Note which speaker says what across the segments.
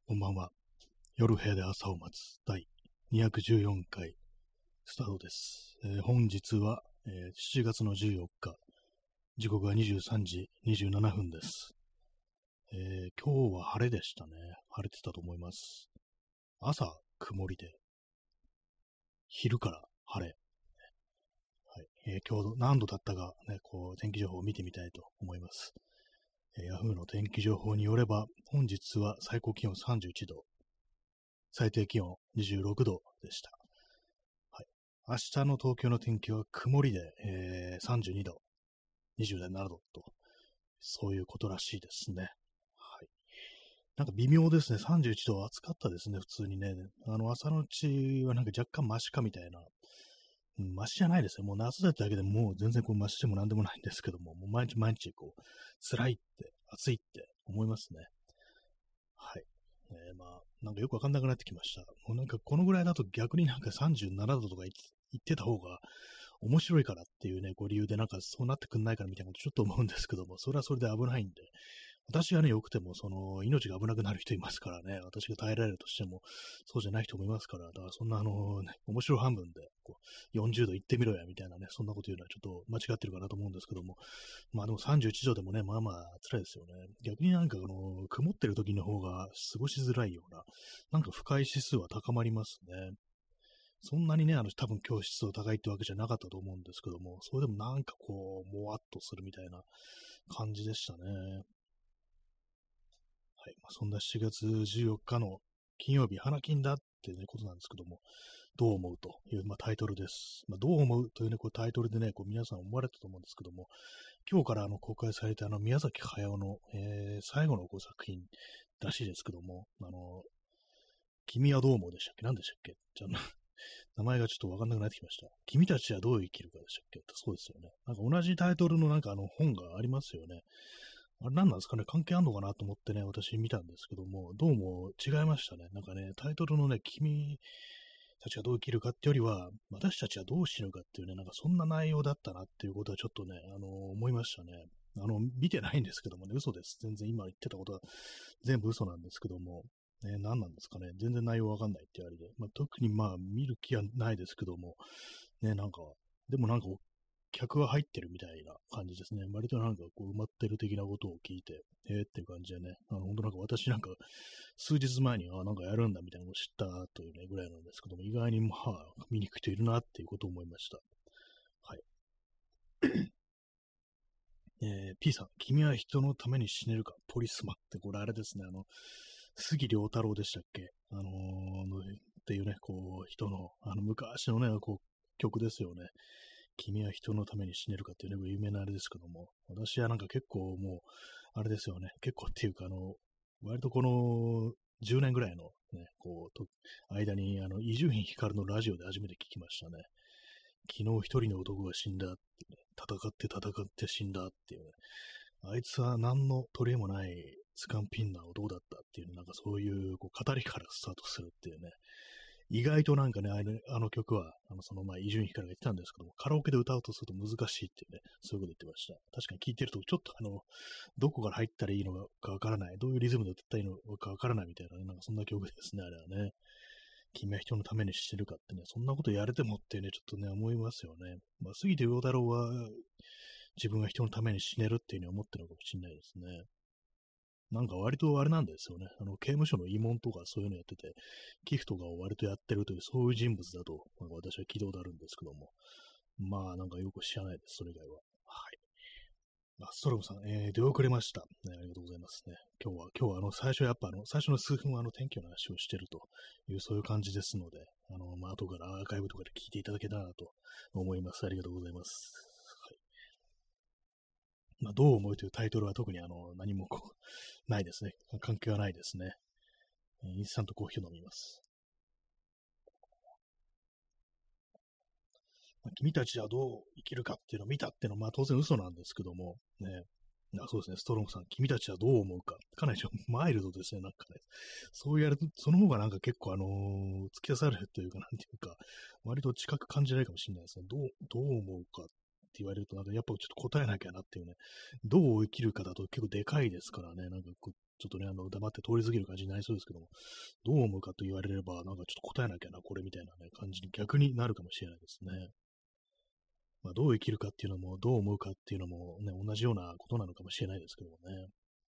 Speaker 1: こんばんは。夜部屋で朝を待つ第214回スタートです。本日は、7月の14日、時刻は23時27分です。今日は晴れでしたね。晴れてたと思います。朝、曇りで、昼から晴れ。はい。今日何度だったか、ね、天気情報を見てみたいと思います。Yahoo の天気情報によれば、本日は最高気温31度、最低気温26度でした。はい。明日の東京の天気は曇りで、32度、27度と、そういうことらしいですね。はい。なんか微妙ですね。31度暑かったですね、普通にね。朝のうちはなんか若干マシかみたいな。マシじゃないですよ。もう夏だっただけでもう全然マシでもなんでもないんですけども、もう毎日毎日辛いって、暑いって思いますね。はい。なんかよくわかんなくなってきました。もうなんかこのぐらいだと逆になんか37度とか言ってた方が面白いからっていうね、理由でなんかそうなってくんないからみたいなことちょっと思うんですけども、それはそれで危ないんで、私がね、良くても、命が危なくなる人いますからね、私が耐えられるとしても、そうじゃない人もいますから、だからそんな面白半分で、40度行ってみろや、みたいなね、そんなこと言うのはちょっと間違ってるかなと思うんですけども、まあでも31度でもね、まあまあ辛いですよね。逆になんか曇ってる時の方が過ごしづらいような、なんか不快指数は高まりますね。そんなにね、多分今日湿度高いってわけじゃなかったと思うんですけども、それでもなんかもわっとするみたいな感じでしたね。はい。そんな7月14日の金曜日、花金だっていう、ね、ことなんですけども、どう思うという、タイトルです。どう思うというね、タイトルでね、皆さん思われたと思うんですけども、今日から公開された宮崎駿の、最後の作品らしいですけども、君はどう思うでしたっけ？何でしたっけ？じゃあ、名前がちょっとわかんなくなってきました。君たちはどう生きるかでしたっけ？そうですよね。なんか同じタイトルのなんか本がありますよね。あれ何なんですかね、関係あんのかなと思ってね、私見たんですけども、どうも違いましたね。なんかね、タイトルのね、君たちがどう生きるかってよりは、私たちはどう死ぬかっていうね、なんかそんな内容だったなっていうことはちょっとね、思いましたね。見てないんですけどもね、嘘です。全然今言ってたことは全部嘘なんですけども、ね、何なんですかね、全然内容わかんないって言われて、特に見る気はないですけども、ね、なんか、でもなんか客が入ってるみたいな感じですね。割となんか埋まってる的なことを聞いて、っていう感じでね、本当なんか私なんか数日前に、なんかやるんだみたいなのを知ったというね、ぐらいなんですけども、意外に見に行く人いるなっていうことを思いました。はい。P さん、君は人のために死ねるか、ポリスマって、これあれですね、杉良太郎でしたっけっていうね、人の、昔のね、曲ですよね。君は人のために死ねるかっていうね、有名なあれですけども、私はなんか結構もう、あれですよね、結構っていうか、割とこの10年ぐらいのね、間に、伊集院光のラジオで初めて聞きましたね。昨日一人の男が死んだっていうね、戦って戦って死んだっていうね、あいつは何の取り柄もないスカンピンな男だったっていうね、なんかそういう語りからスタートするっていうね、意外となんかね、あの曲は、その前、伊集院光が言ってたんですけども、カラオケで歌うとすると難しいっていうね、そういうこと言ってました。確かに聴いてると、ちょっとどこから入ったらいいのかわからない、どういうリズムで歌ったらいいのかわからないみたいなね、なんかそんな曲ですね、あれはね。君は人のためにしてるかってね、そんなことやれてもってね、ちょっとね、思いますよね。杉田陽太郎は、自分が人のために死ねるっていうふうに思ってるのかもしれないですね。なんか割とあれなんですよね。刑務所の慰問とかそういうのやってて、寄付とかを割とやってるという、そういう人物だと、なんか私は聞いたことあるんですけども。なんかよく知らないです、それ以外は。はい。ストロムさん、出遅れました、ね。ありがとうございますね。今日は最初やっぱ最初の数分は天気の話をしてるという、そういう感じですので、後からアーカイブとかで聞いていただけたらなと思います。ありがとうございます。はい。どう思うというタイトルは特に何もないですね。関係はないですね。インスタントコーヒーを飲みます。君たちはどう生きるかっていうのを見たっていうのは、当然嘘なんですけども、ね。そうですね、ストロングさん、君たちはどう思うか。かなりマイルドですね、なんかね。そうやると、その方がなんか結構突き出されるというか、なんていうか、割と近く感じないかもしれないですね。どう思うかっ言われると、なんかやっぱちょっと答えなきゃなっていうね、どう生きるかだと結構でかいですからね、なんかこうちょっとね、黙って通り過ぎる感じになりそうですけども、どう思うかと言われれば、なんかちょっと答えなきゃな、これみたいなね、感じに逆になるかもしれないですね。まあ、どう生きるかっていうのも、どう思うかっていうのもね、同じようなことなのかもしれないですけどもね。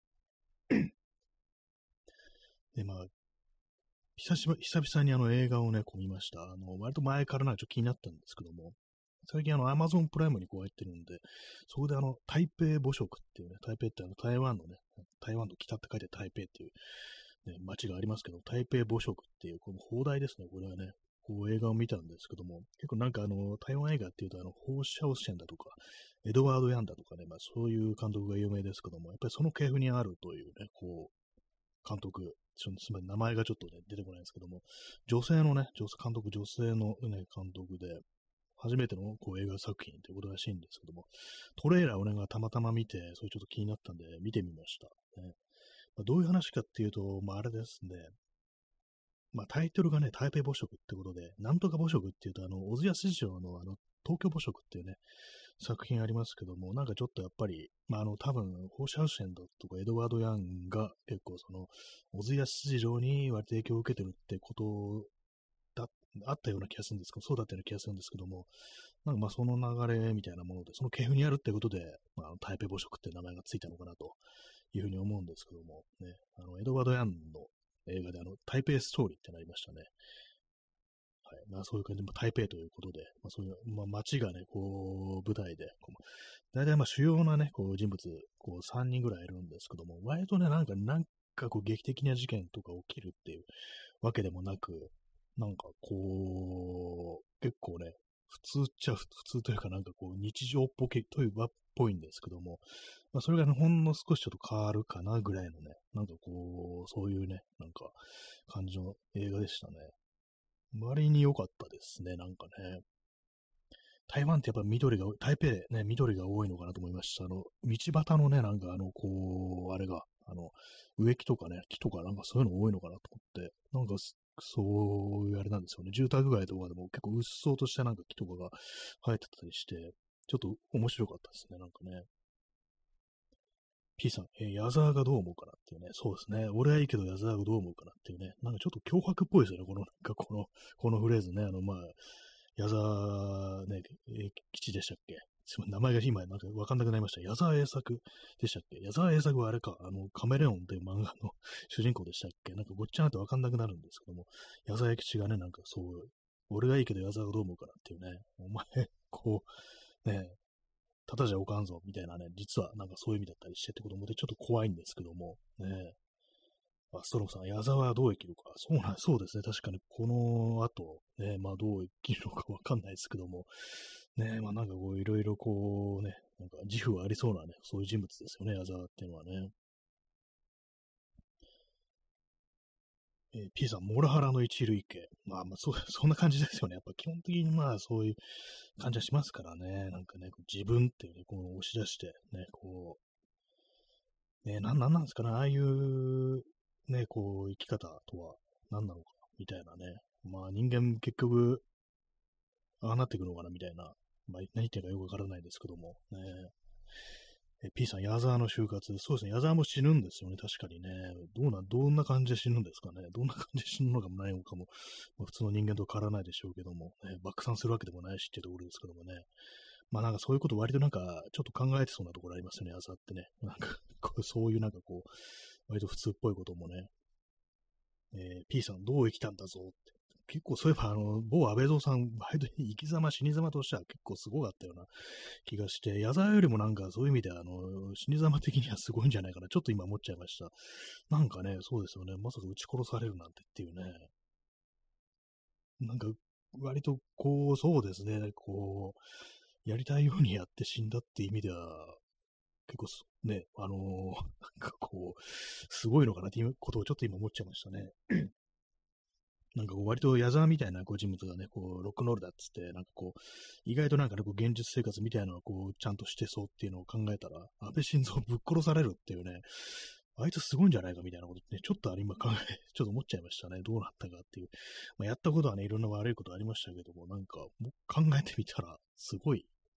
Speaker 1: で、まあ、久々に映画をね、こう見ました。割と前からなんかちょっと気になったんですけども、最近Amazon プライムにこう入ってるんで、そこで台北母食っていうね、台北って台湾のね、台湾の北って書いて台北っていう、ね、街がありますけど、台北母食っていう、この放題ですね、これはね、こう映画を見たんですけども、結構なんか台湾映画っていうとホーシャオシェンだとか、エドワード・ヤンだとかね、まあそういう監督が有名ですけども、やっぱりその系譜にあるというね、こう、監督、つまり名前がちょっとね、出てこないんですけども、女性のね、監督、女性のね、監督で、初めてのこう映画作品ということらしいんですけども、トレーラーをね、たまたま見て、それちょっと気になったんで、見てみました。ねまあ、どういう話かっていうと、まあ、あれですね、まあ、タイトルがね、台北母食ってことで、なんとか母食っていうと、小津安二郎の東京母食っていうね、作品ありますけども、なんかちょっとやっぱり、まあ、多分、ホーシャウシェンドとかエドワード・ヤンが結構小津安二郎に割と影響を受けてるってことだ、あったような気がするんですけど、そうだったような気がするんですけども、なんかまあその流れみたいなもので、その系譜にあるってことで、まあ、台北母食って名前がついたのかなというふうに思うんですけども、ね、エドワード・ヤンの映画で台北ストーリーってなりましたね。はい。まあそういう感じで、台北ということで、まあそういう、まあ街がね、こう、舞台で、大体まあ主要なね、こう人物、こう3人ぐらいいるんですけども、割とね、なんかこう劇的な事件とか起きるっていうわけでもなく、なんかこう、結構ね、普通っちゃ普通というかなんかこう日常っぽいっぽいんですけども、まあそれがね、ほんの少しちょっと変わるかなぐらいのね、なんかこう、そういうね、なんか感じの映画でしたね。割に良かったですね、なんかね。台湾ってやっぱ台北ね、緑が多いのかなと思いました。道端のね、なんかこう、あれが、植木とかね、木とかなんかそういうの多いのかなと思って、なんかそういうあれなんですよね。住宅街とかでも結構うっそうとしたなんか木とかが生えてたりして、ちょっと面白かったですね、なんかね。P さん、矢沢がどう思うかなっていうね、そうですね。俺はいいけど矢沢がどう思うかなっていうね、なんかちょっと脅迫っぽいですよね、このフレーズね。まあ、矢沢ね、吉でしたっけ。名前が今なんかわかんなくなりました。矢沢栄作でしたっけ。矢沢栄作はあれか、カメレオンっていう漫画の主人公でしたっけ。なんかごっちゃなってわかんなくなるんですけども、矢沢吉がね、なんかそう、俺がいいけど矢沢がどう思うかなっていうね、お前、こう、ね、ただじゃおかんぞ、みたいなね、実はなんかそういう意味だったりしてってこともでちょっと怖いんですけども、ね。ストローさん、矢沢はどう生きるか。そうですね。確かに、この後、ね、まあ、どう生きるのかわかんないですけども、ね、まあ、なんかこう、いろいろこう、ね、なんか自負がありそうなね、そういう人物ですよね、矢沢っていうのはね。P さん、モラハラの一類型。まあ、まあ、そんな感じですよね。やっぱ基本的にまあ、そういう感じはしますからね。なんかね、自分っていうね、こう押し出して、ね、こう、ね、なんなんですかね、ああいうね、こう、生き方とは何なのか、みたいなね。まあ人間結局、ああなっていくのかな、みたいな。まあ何言ってるかよくわからないですけども。ね、P さん、矢沢の就活。そうですね、矢沢も死ぬんですよね、確かにね。どんな感じで死ぬんですかね。どんな感じで死ぬのかもないのかも、まあ、普通の人間と変わらないでしょうけども、ね、爆散するわけでもないしっていうところですけどもね。まあなんかそういうこと割となんか、ちょっと考えてそうなところありますよね、矢沢ってね。なんかそういうなんかこう、割と普通っぽいこともね、P さんどう生きたんだぞって。結構そういえば、某安倍蔵さん、割と生き様、死に様としては結構すごかったような気がして、矢沢よりもなんかそういう意味で死に様的にはすごいんじゃないかな。ちょっと今思っちゃいました。なんかね、そうですよね。まさか撃ち殺されるなんてっていうね。なんか、割とこう、そうですね、こう、やりたいようにやって死んだって意味では、結構ね、なんかこう、すごいのかなっていうことをちょっと今思っちゃいましたね。なんかこう割と矢沢みたいなこう人物がね、こうロックンロールだっつって、なんかこう、意外となんかね、こう現実生活みたいなのをこう、ちゃんとしてそうっていうのを考えたら、安倍晋三ぶっ殺されるっていうね、あいつすごいんじゃないかみたいなことね、ちょっとちょっと思っちゃいましたね。どうなったかっていう。まあ、やったことはね、いろんな悪いことありましたけども、なんか、もう考えてみたら、すごい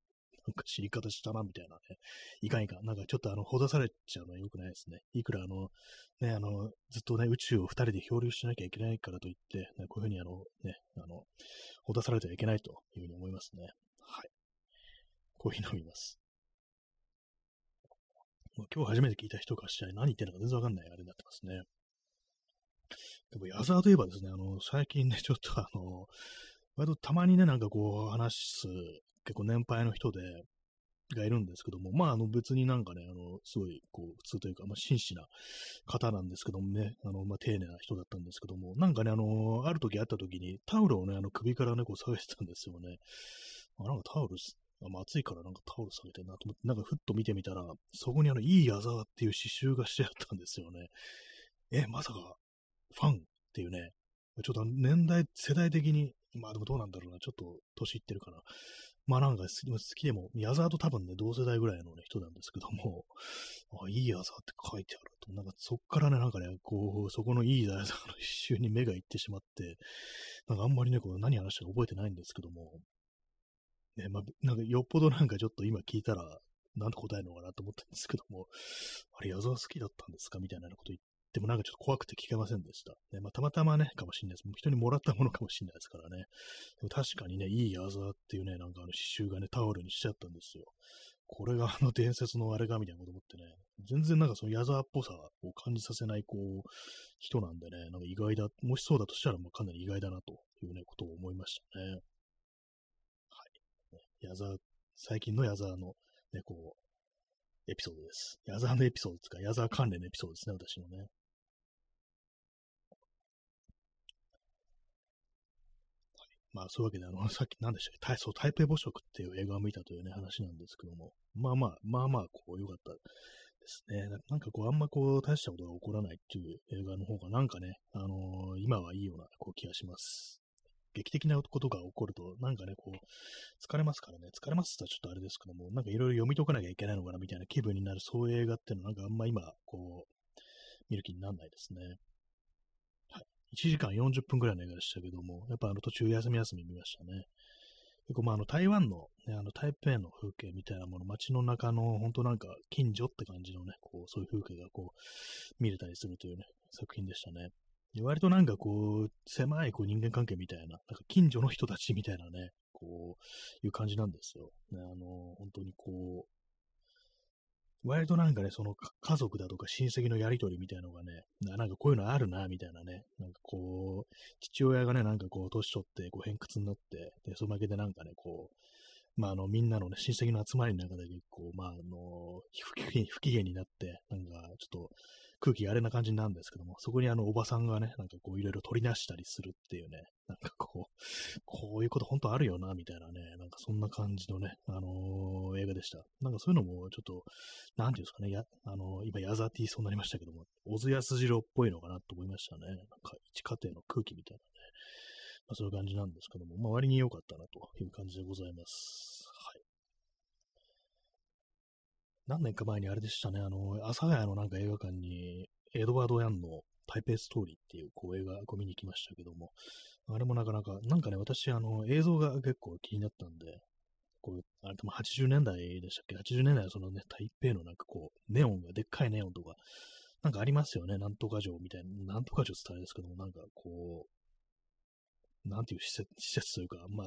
Speaker 1: なんか知り方したな、みたいなね。いかんいかん。なんかちょっとほだされちゃうのは良くないですね。いくらね、ずっとね、宇宙を二人で漂流しなきゃいけないからといって、ね、こういうふうにね、ほだされてはいけないというふうに思いますね。はい。コーヒー飲みます。もう今日初めて聞いた人からしたら何言ってるのか全然わかんないあれになってますね。でも矢沢といえばですね、最近ね、ちょっと割とたまにね、なんかこう話す、結構年配の人がいるんですけども、まあ、別になんかね、すごい、こう、普通というか、まあ、真摯な方なんですけどもね、まあ、丁寧な人だったんですけども、なんかね、ある時会った時に、タオルをね、首からね、こう下げてたんですよね。なんかタオルまあ、暑いからなんかタオル下げてんなと思って、なんかふっと見てみたら、そこにいい矢沢っていう刺繍がしてあったんですよね。まさか、ファンっていうね、ちょっと世代的に、まあでもどうなんだろうな、ちょっと年いってるかな。まあなんか好きでも、矢沢と多分ね、同世代ぐらいの、ね、人なんですけども、いい矢沢って書いてあると、なんかそっからね、なんかね、こう、そこのいい矢沢の一周に目がいってしまって、なんかあんまりね、こう何話したか覚えてないんですけども、ね、まあ、なんかよっぽどなんかちょっと今聞いたら、なんて答えるのかなと思ったんですけども、あれ、矢沢好きだったんですかみたいなこと言ってもなんかちょっと怖くて聞けませんでした。ね、まあ、たまたまね、かもしれないです。人にもらったものかもしれないですからね。でも確かにね、いい矢沢っていうね、なんか刺繍がね、タオルにしちゃったんですよ。これが伝説のあれかみたいなこと思ってね、全然なんかその矢沢っぽさを感じさせない、こう、人なんでね、なんか意外だ、もしそうだとしたら、まあかなり意外だなというね、ことを思いましたね。はい。矢沢、最近の矢沢のね、こう、エピソードです。矢沢のエピソードですか、矢沢関連のエピソードですね、私のね。まあ、そういうわけで、さっき何でしたっけ、台北母食っていう映画を見たというね、話なんですけども、まあ、こう、良かったですね。なんかこう、あんまこう、大したことが起こらないっていう映画の方が、なんかね、今はいいような、こう、気がします。劇的なことが起こると、なんかね、こう、疲れますからね、疲れますって言ったらちょっとあれですけども、なんかいろいろ読み解かなきゃいけないのかな、みたいな気分になる、そういう映画っていうのは、なんかあんま今、こう、見る気にならないですね。はい。1時間40分くらいの映画でしたけども、やっぱ途中休み見ましたね。結構まあ台湾の、ね、台北の風景みたいなもの、街の中の本当なんか近所って感じのね、こう、そういう風景がこう、見れたりするというね、作品でしたね。割となんかこう、狭いこう人間関係みたいな、なんか近所の人たちみたいなね、こう、いう感じなんですよ。ね、本当にこう、割となんかね、その家族だとか親戚のやりとりみたいなのがね、なんかこういうのあるな、みたいなね、なんかこう、父親がね、なんかこう、年取って、こう、偏屈になって、で、そのだけでなんかね、こう、まあ、みんなのね、親戚の集まりの中で結構、まあ、不機嫌になって、なんか、ちょっと、空気があれな感じなんですけども、そこにおばさんがね、なんかこう、いろいろ取り出したりするっていうね、なんかこう、こういうこと本当あるよな、みたいなね、なんかそんな感じのね、映画でした。なんかそういうのもちょっと、なんていうんですかね、今、矢沢って言いそうになりましたけども、小津安二郎っぽいのかなと思いましたね。なんか、一家庭の空気みたいなね。まあ、そういう感じなんですけども、まあ、割に良かったなという感じでございます。はい。何年か前にあれでしたね、阿佐ヶ谷のなんか映画館に、エドワード・ヤンの台北ストーリーっていうこう映画こう見に行きましたけども、あれもなかなか、なんかね、私、映像が結構気になったんで、こう、あれでも80年代でしたっけ？ 80 年代はそのね、台北のなんかこう、ネオンが、でっかいネオンとか、なんかありますよね。なんとか城みたいな、なんとか城って言ったらあれですけども、なんかこう、なんていう施設というか、まあ、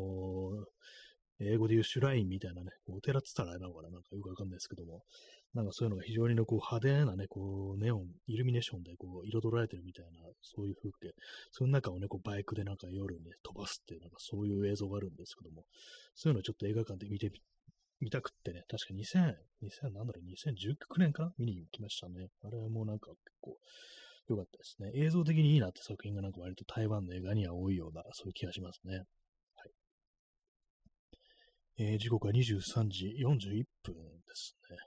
Speaker 1: 英語で言うシュラインみたいなね、お寺って言ったらあれなのかな、なんかよくわかんないですけども、なんかそういうのが非常にね、こう派手なね、こう、ネオン、イルミネーションでこう、彩られてるみたいな、そういう風景、その中をね、こう、バイクでなんか夜ね、飛ばすっていう、なんかそういう映像があるんですけども、そういうのをちょっと映画館で見たくってね、確かなんだろう、2019年かな見に行きましたね。あれはもうなんか結構良かったですね。映像的にいいなって作品がなんか割と台湾の映画には多いような、そういう気がしますね。はい。時刻は23時41分ですね。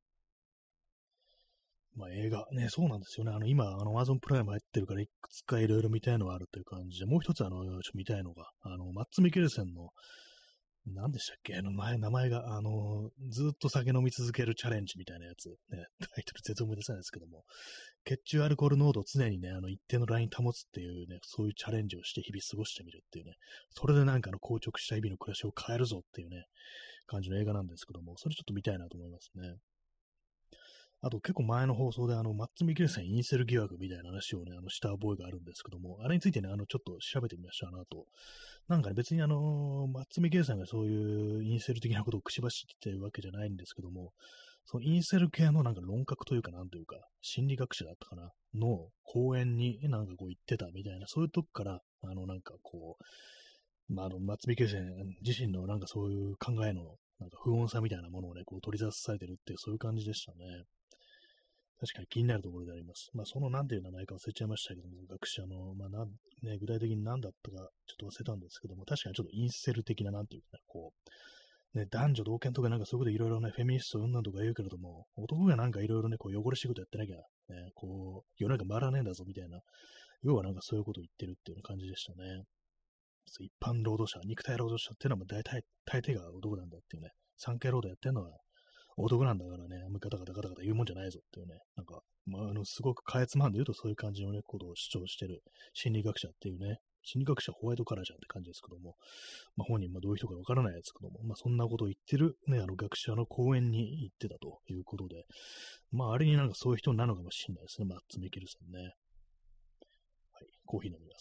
Speaker 1: まあ映画、ね、そうなんですよね。今、Amazon プライム入ってるから、いくつかいろいろ見たいのがあるという感じで、もう一つ、ちょっと見たいのが、マッツ・ミケルセンの、何でしたっけ名前が、ずっと酒飲み続けるチャレンジみたいなやつ、ね、タイトル全然思い出せないですけども、血中アルコール濃度を常にね、一定のライン保つっていうね、そういうチャレンジをして日々過ごしてみるっていうね、それでなんか硬直した日々の暮らしを変えるぞっていうね、 感じの映画なんですけども、それちょっと見たいなと思いますね。あと結構前の放送でマッツ・ミケルセンインセル疑惑みたいな話をね、した覚えがあるんですけども、あれについてね、ちょっと調べてみましたなと。なんかね、別にマッツ・ミケルセンがそういうインセル的なことを口走ってるわけじゃないんですけども、そのインセル系のなんか論客というか、なんというか、心理学者だったかな、の講演になんかこう行ってたみたいな、そういうとこから、なんかこう、マッツ・ミケルセン自身のなんかそういう考えの、なんか不穏さみたいなものをね、こう取り出されてるっていう、そういう感じでしたね。確かに気になるところであります。そのなんていう名前か忘れちゃいましたけども、学者の、ね、具体的に何だったかちょっと忘れたんですけども、確かにちょっとインセル的な、なんていうかね、こう、ね、男女同権とかなんかそういうこといろいろね、フェミニスト、女とか言うけれども、男がなんかいろいろね、こう汚れ仕事やってなきゃ、ね、こう、世の中回らねえんだぞみたいな、要はなんかそういうことを言ってるっていう感じでしたね。一般労働者、肉体労働者っていうのは大抵が男なんだっていうね、産経労働やってるのは男なんだからね、あんまガタガタガタガタ言うもんじゃないぞっていうね、なんか、すごくかいつまんで言うとそういう感じのね、ことを主張してる心理学者っていうね、心理学者ホワイトカラーじゃんって感じですけども、本人どういう人かわからないですけども、そんなことを言ってるね、学者の講演に行ってたということで、あれになんかそういう人なのかもしれないですね、マッツ・ミケルセンね。はい、コーヒー飲みます。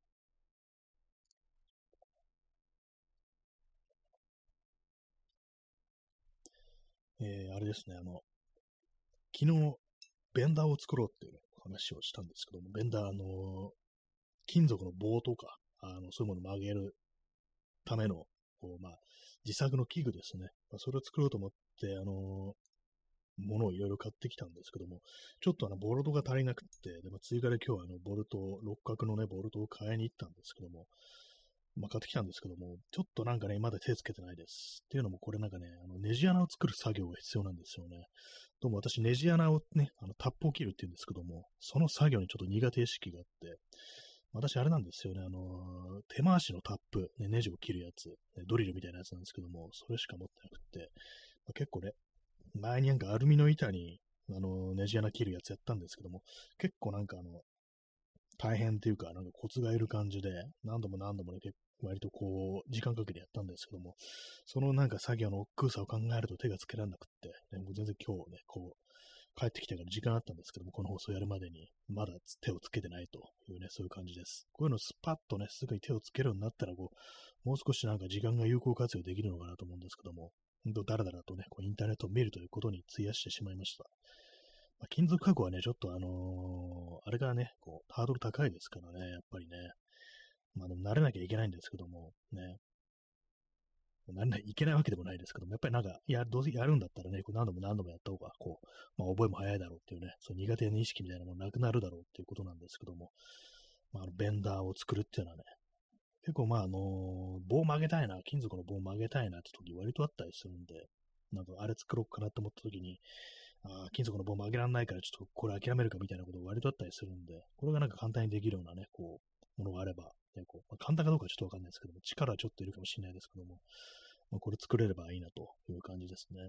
Speaker 1: あれですね、昨日、ベンダーを作ろうっていう、ね、話をしたんですけども、ベンダー、金属の棒とか、そういうものを曲げるための、こう、自作の器具ですね。それを作ろうと思って、ものをいろいろ買ってきたんですけども、ちょっとボルトが足りなくって、で、追加で今日はボルトを、六角のね、ボルトを買いに行ったんですけども、買ってきたんですけども、ちょっとなんかね、まだ手つけてないです。っていうのも、これなんかね、ネジ穴を作る作業が必要なんですよね。どうも私、ネジ穴をね、タップを切るって言うんですけども、その作業にちょっと苦手意識があって、私、あれなんですよね、手回しのタップ、ね、ネジを切るやつ、ね、ドリルみたいなやつなんですけども、それしか持ってなくって、結構ね、前になんかアルミの板に、ネジ穴切るやつやったんですけども、結構なんか大変っていうか、なんかコツがいる感じで、何度も何度もね、割とこう、時間かけてやったんですけども、そのなんか作業の億劫さを考えると手がつけられなくって、ね、もう全然今日ね、こう、帰ってきてから時間あったんですけども、この放送やるまでに、まだ手をつけてないというね、そういう感じです。こういうのスパッとね、すぐに手をつけるようになったら、こう、もう少しなんか時間が有効活用できるのかなと思うんですけども、だらだらとね、こうインターネットを見るということに費やしてしまいました。金属加工はね、ちょっとあれがね、こう、ハードル高いですからね、やっぱりね。でも慣れなきゃいけないんですけども、ね。いけないわけでもないですけども、やっぱりなんか、どうせやるんだったらね、こう何度も何度もやった方が、こう、覚えも早いだろうっていうね、そう苦手な意識みたいなものなくなるだろうっていうことなんですけども、ベンダーを作るっていうのはね、結構棒曲げたいな、金属の棒曲げたいなって時割とあったりするんで、なんかあれ作ろうかなと思った時に、金属の棒曲げられないからちょっとこれ諦めるかみたいなことが割とあったりするんで、これがなんか簡単にできるようなね、こう、ものがあれば、ね、こう簡単かどうかちょっとわかんないですけども、力はちょっといるかもしれないですけども、これ作れればいいなという感じですね。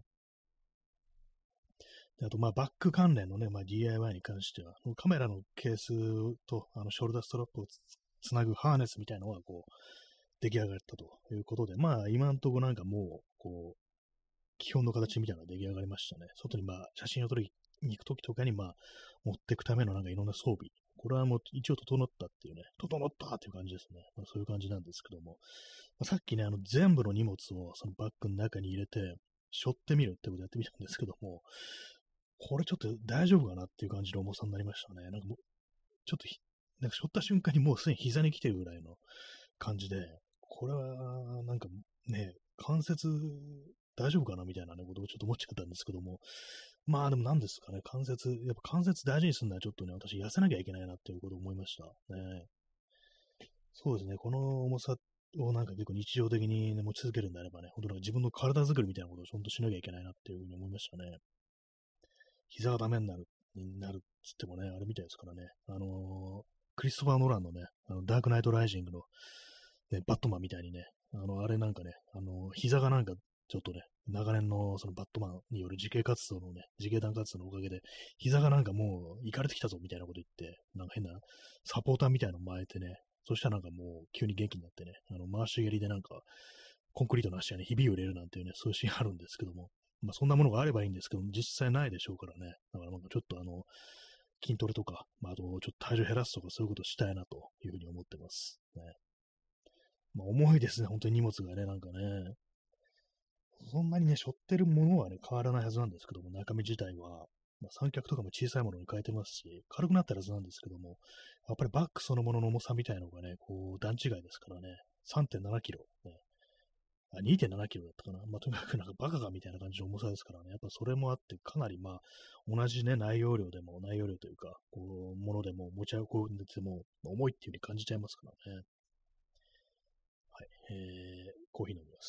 Speaker 1: であと、バック関連のね、DIY に関しては、カメラのケースとショルダーストラップをつなぐハーネスみたいなのがこう、出来上がったということで、今んとこなんかもう、こう、基本の形みたいなのが出来上がりましたね。外に写真を撮りに行くときとかに持っていくためのなんかいろんな装備。これはもう一応整ったっていうね、整ったっていう感じですね。そういう感じなんですけども。さっきね、全部の荷物をそのバッグの中に入れて、背負ってみるってことやってみたんですけども、これちょっと大丈夫かなっていう感じの重さになりましたね。なんかもう、ちょっとなんか背負った瞬間にもうすでに膝に来てるぐらいの感じで、これはなんかね、関節大丈夫かなみたいなね、ことをちょっと思っちゃったんですけども、でも何ですかね、やっぱ関節大事にするのはちょっとね、私痩せなきゃいけないなっていうことを思いましたね。そうですね、この重さをなんか結構日常的に、ね、持ち続けるんであればね、本当なんか自分の体作りみたいなことをちゃんとしなきゃいけないなっていうふうに思いましたね。膝がダメになるっつってもね、あれみたいですからね、クリストファー・ノランのね、ダークナイト・ライジングの、ね、バットマンみたいにね、あれなんかね、膝がなんかちょっとね、長年のそのバットマンによる自警団活動のおかげで、膝がなんかもう、いかれてきたぞみたいなこと言って、なんか変なサポーターみたいなの巻いてね、そしたらなんかもう急に元気になってね、回し蹴りでなんか、 コンクリートの足にひびを入れるなんていうね、そういうシーンあるんですけども、まあそんなものがあればいいんですけども、実際ないでしょうからね。だからなんかちょっと筋トレとか、まああとちょっと体重減らすとかそういうことをしたいなというふうに思ってます。ね。まあ重いですね、本当に荷物がね、なんかね。そんなにね、背負ってるものはね、変わらないはずなんですけども、中身自体は、まあ、三脚とかも小さいものに変えてますし、軽くなったはずなんですけども、やっぱりバッグそのものの重さみたいなのがね、こう、段違いですからね、3.7キロ、ね、2.7キロだったかな。まあ、とにかくなんかバカかみたいな感じの重さですからね、やっぱそれもあって、かなりまあ、同じね、内容量というか、こう、ものでも持ち運んでても重いっていう風に感じちゃいますからね。はい、コーヒー飲みます。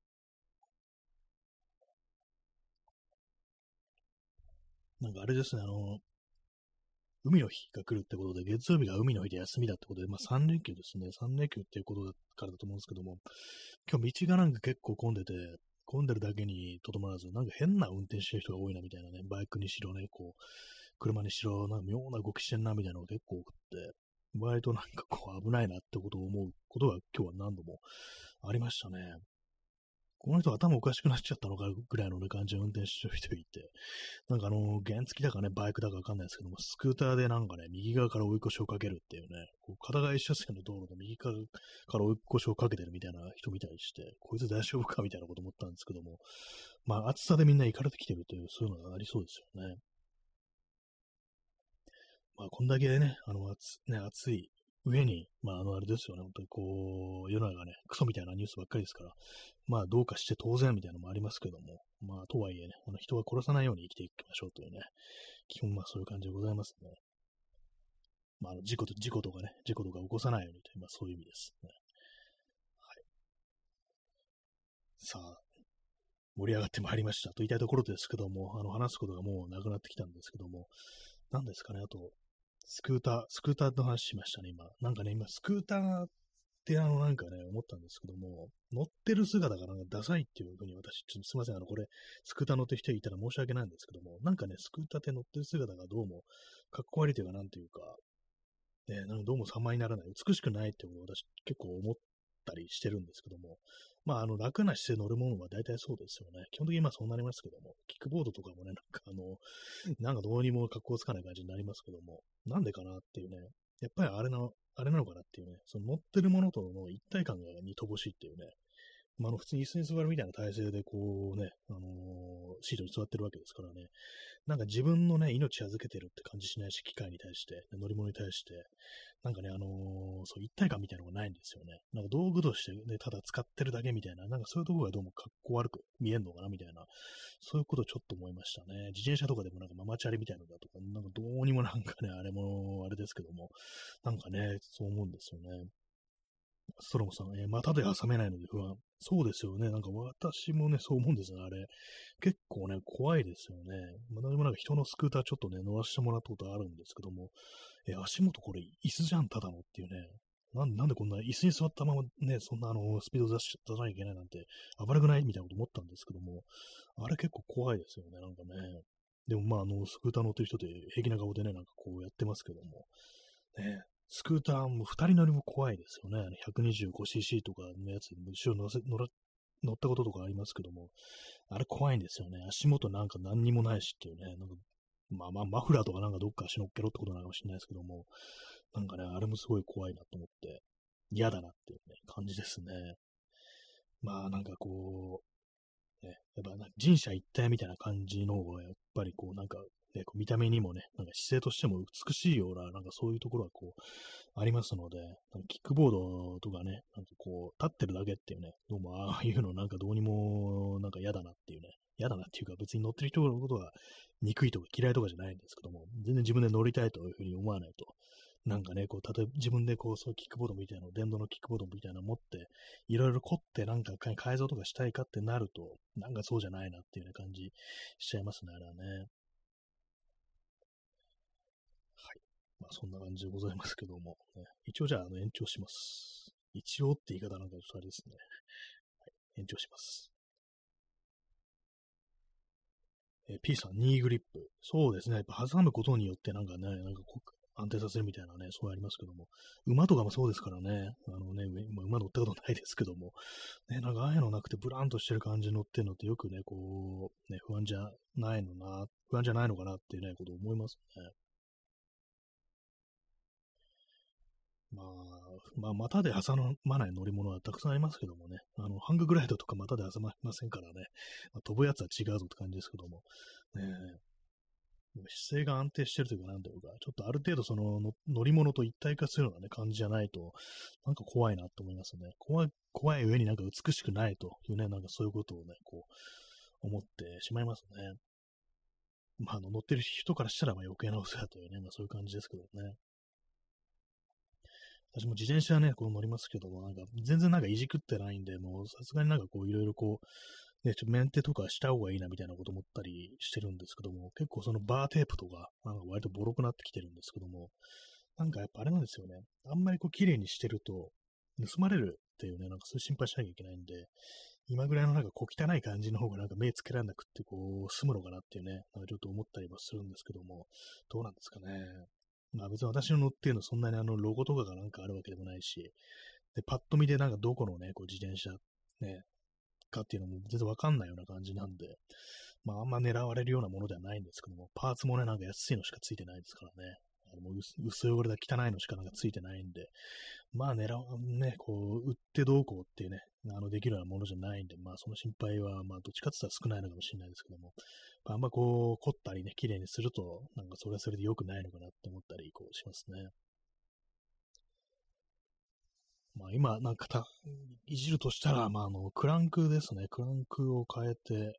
Speaker 1: なんかあれですね、海の日が来るってことで、月曜日が海の日で休みだってことで、まあ3連休ですね。3連休っていうことだからだと思うんですけども、今日道がなんか結構混んでて、混んでるだけにとどまらず、なんか変な運転してる人が多いなみたいなね、バイクにしろね、こう、車にしろ、なんか妙な動きしてんなみたいなのが結構多くって、割となんかこう危ないなってことを思うことが今日は何度もありましたね。この人頭おかしくなっちゃったのかぐらいの、ね、感じの運転してる人いて、なんか原付だかね、バイクだかわかんないですけども、スクーターでなんかね、右側から追い越しをかけるっていうね、こう片側一車線の道路で右側から追い越しをかけてるみたいな人みたいにして、こいつ大丈夫かみたいなこと思ったんですけども、まあ暑さでみんな行かれてきてるという、そういうのがありそうですよね。まあこんだけね、暑い上に、まああれですよね、本当にこう、世の中ね、クソみたいなニュースばっかりですから、まあどうかして当然みたいなのもありますけども、まあとはいえね、人は殺さないように生きていきましょうというね、基本まあそういう感じでございますね。まあ事故とかね、事故とか起こさないようにという、まあそういう意味ですね。はい。さあ、盛り上がってまいりましたと言いたいところですけども、話すことがもうなくなってきたんですけども、何ですかね、あと、スクーターの話しましたね、今。なんかね、今、スクーターってなんかね、思ったんですけども、乗ってる姿がなんかダサいっていうふうに私、ちょっとすいません、これ、スクーター乗ってる人いたら申し訳ないんですけども、なんかね、スクーターって乗ってる姿がどうも、かっこ悪いというか、なんていうか、ね、なんかどうも様にならない、美しくないってことを私結構思ったりしてるんですけども、まあ、楽な姿勢乗るものは大体そうですよね。基本的にまあそうなりますけども、キックボードとかもね、なんかどうにも格好つかない感じになりますけども、なんでかなっていうね、やっぱりあれなのかなっていうね、その乗ってるものとの一体感に乏しいっていうね、まあ、普通に椅子に座るみたいな体勢でこうね、シートに座ってるわけですからね、なんか自分のね、命預けてるって感じしないし、機械に対して、乗り物に対して、なんかね、そう一体感みたいなのがないんですよね。なんか道具としてね、ただ使ってるだけみたいな、なんかそういうところがどうもかっこ悪く見えんのかなみたいな、そういうことをちょっと思いましたね。自転車とかでもなんかママチャリみたいなのだとか、なんかどうにもなんかね、あれもあれですけども、なんかね、そう思うんですよね。ストロムさん、股で挟めないので不安。そうですよね。なんか私もね、そう思うんですよね、あれ。結構ね、怖いですよね。私もなんか人のスクーターちょっとね、乗らせてもらったことあるんですけども、足元これ椅子じゃん、ただのっていうね。なんでこんな椅子に座ったままね、そんなスピード出さなきゃいけないなんて危なくないみたいなこと思ったんですけども、あれ結構怖いですよね、なんかね。でもまあ、スクーター乗ってる人って平気な顔でね、なんかこうやってますけども、ね、スクーターも二人乗りも怖いですよね。125cc とかのやつ、後ろ乗ったこととかありますけども、あれ怖いんですよね。足元なんか何にもないしっていうね、なんか、まあ、マフラーとかなんかどっか足乗っけろってことなのかもしれないですけども、なんかね、あれもすごい怖いなと思って、嫌だなっていうね、感じですね。まあ、なんかこう、ね、やっぱなんか人車一体みたいな感じの方が、やっぱりこう、なんか、ね、こう見た目にもね、なんか姿勢としても美しいような、なんかそういうところがこう、ありますので、キックボードとかね、なんかこう、立ってるだけっていうね、どうもああいうのなんかどうにもなんか嫌だなっていうね、嫌だなっていうか別に乗ってる人のことが憎いとか嫌いとかじゃないんですけども、全然自分で乗りたいというふうに思わないと。なんかね、こう、例えば自分でこう、そういうキックボードみたいなの、電動のキックボードみたいなの持って、いろいろ凝ってなんか改造とかしたいかってなると、なんかそうじゃないなっていうね感じしちゃいますね、あれはね。はい。まあ、そんな感じでございますけども、ね、一応じゃあ、延長します。一応って言い方なんかちょっとあれですね。延長します。P さん、ニーグリップ。そうですね。やっぱ挟むことによってなんかね、なんか安定させるみたいなね、そうありますけども、馬とかもそうですからね、馬乗ったことないですけども、ね、なんかああいうのなくてブランとしてる感じに乗ってるのってよくね、こう、ね、不安じゃないのかなっていうね、ことを思いますね。まあ、股で挟まない乗り物はたくさんありますけどもね、ハンググライドとか股で挟まりませんからね、飛ぶやつは違うぞって感じですけども、ね姿勢が安定してるというか、なんというか、ちょっとある程度その乗り物と一体化するようなね、感じじゃないと、なんか怖いなと思いますね。怖い上になんか美しくないというね、なんかそういうことをね、こう、思ってしまいますね。乗ってる人からしたら余計なお世話というね、そういう感じですけどね。私も自転車ね、こう乗りますけども、なんか全然なんかいじくってないんで、もうさすがになんかこういろいろこう、ね、ちょっとメンテとかした方がいいなみたいなこと思ったりしてるんですけども、結構そのバーテープとか、なんか割とボロくなってきてるんですけども、なんかやっぱあれなんですよね。あんまりこう綺麗にしてると、盗まれるっていうね、なんかそういう心配しなきゃいけないんで、今ぐらいのなんか小汚い感じの方がなんか目つけられなくってこう、済むのかなっていうね、なんかちょっと思ったりもするんですけども、どうなんですかね。別に私の乗ってるのそんなにロゴとかがなんかあるわけでもないし、で、パッと見でなんかどこのね、こう自転車、ね、かっていうのも全然わかんないような感じなんで、あんま狙われるようなものではないんですけども、パーツもね、なんか安いのしかついてないですからね。もう薄汚れた汚いのしかなんかついてないんで、ね、こう、売ってどうこうっていうね、できるようなものじゃないんで、その心配は、どっちかって言ったら少ないのかもしれないですけども、あんまこう、凝ったりね、綺麗にすると、なんかそれはそれで良くないのかなって思ったり、こうしますね。今、なんかいじるとしたら、クランクですね。クランクを変えて、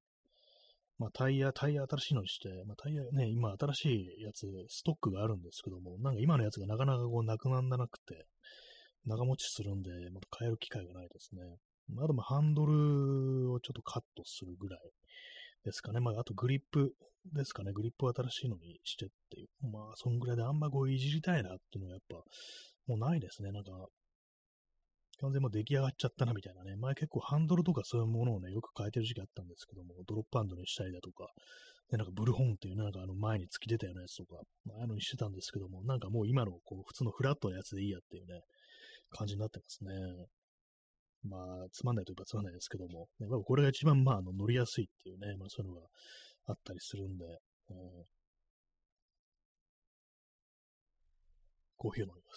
Speaker 1: タイヤ新しいのにして、タイヤね、今新しいやつ、ストックがあるんですけども、なんか今のやつがなかなかこう、なくなんなくて、長持ちするんで、また変える機会がないですね。あと、ハンドルをちょっとカットするぐらいですかね。あと、グリップですかね。グリップを新しいのにしてっていう。そんぐらいであんまこう、いじりたいなっていうのはやっぱ、もうないですね。なんか、完全にもう出来上がっちゃったなみたいなね。前結構ハンドルとかそういうものをね、よく変えてる時期あったんですけども、ドロップハンドルにしたりだとか、で、なんかブルホンっていうね、なんか前に突き出たようなやつとか、ああいうのにしてたんですけども、なんかもう今のこう普通のフラットなやつでいいやっていうね、感じになってますね。つまんないといえばつまんないですけども、これが一番乗りやすいっていうね、そういうのがあったりするんで、うん、コーヒーを飲みます。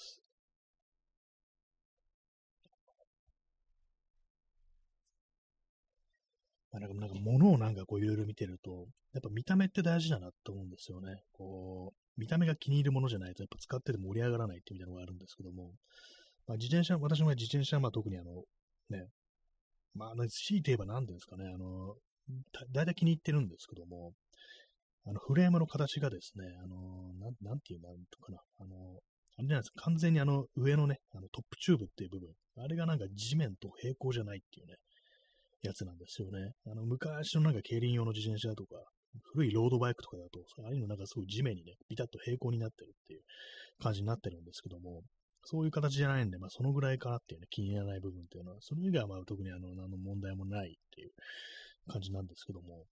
Speaker 1: なんか物をなんかこういろいろ見てると、やっぱ見た目って大事だなって思うんですよね。こう、見た目が気に入るものじゃないとやっぱ使ってて盛り上がらないってみたいなのがあるんですけども、私の自転車は特にね、強いて言えば何ていうんですかね、だいたい気に入ってるんですけども、フレームの形がですね、なんていうんだろうかな、あれじゃないですか、完全に上のね、トップチューブっていう部分、あれがなんか地面と平行じゃないっていうね、やつなんですよね。昔のなんか競輪用の自転車とか、古いロードバイクとかだと、ああいうのなんかすごい地面にね、ビタッと平行になってるっていう感じになってるんですけども、そういう形じゃないんで、そのぐらいかなっていうね、気に入らない部分っていうのは、それ以外は特に何の問題もないっていう感じなんですけども、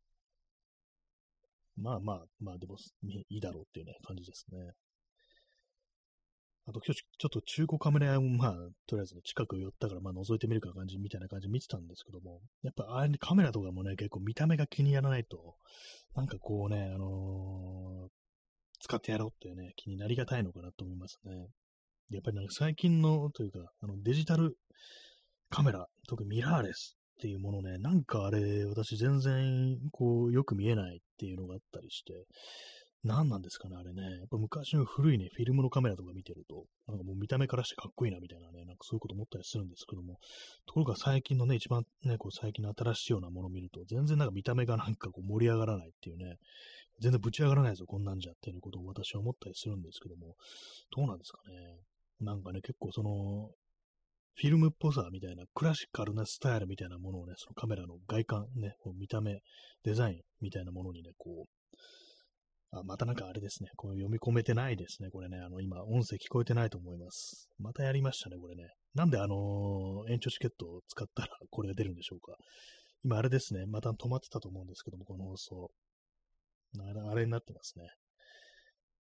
Speaker 1: でも、いいだろうっていうね、感じですね。あと今日ちょっと中古カメラ屋もとりあえずね、近く寄ったから覗いてみるか感じみたいな感じで見てたんですけども、やっぱああいうカメラとかもね、結構見た目が気に入らないと、なんかこうね、使ってやろうっていうね、気になりがたいのかなと思いますね。やっぱりなんか最近のというか、デジタルカメラ、特にミラーレスっていうものね、なんかあれ、私全然こう、よく見えないっていうのがあったりして、何なんですかね、あれね。やっぱ昔の古いね、フィルムのカメラとか見てると、なんかもう見た目からしてかっこいいなみたいなね、なんかそういうこと思ったりするんですけども、ところが最近のね、一番ね、こう最近の新しいようなものを見ると、全然なんか見た目がなんかこう盛り上がらないっていうね、全然ぶち上がらないぞ、こんなんじゃっていうことを私は思ったりするんですけども、どうなんですかね。なんかね、結構フィルムっぽさみたいな、クラシカルなスタイルみたいなものをね、そのカメラの外観ね、こう見た目、デザインみたいなものにね、こう、またなんかあれですね。これ読み込めてないですね。これね、今、音声聞こえてないと思います。またやりましたね、これね。なんで延長チケットを使ったらこれが出るんでしょうか。今、あれですね。また止まってたと思うんですけども、この放送。あれになってますね。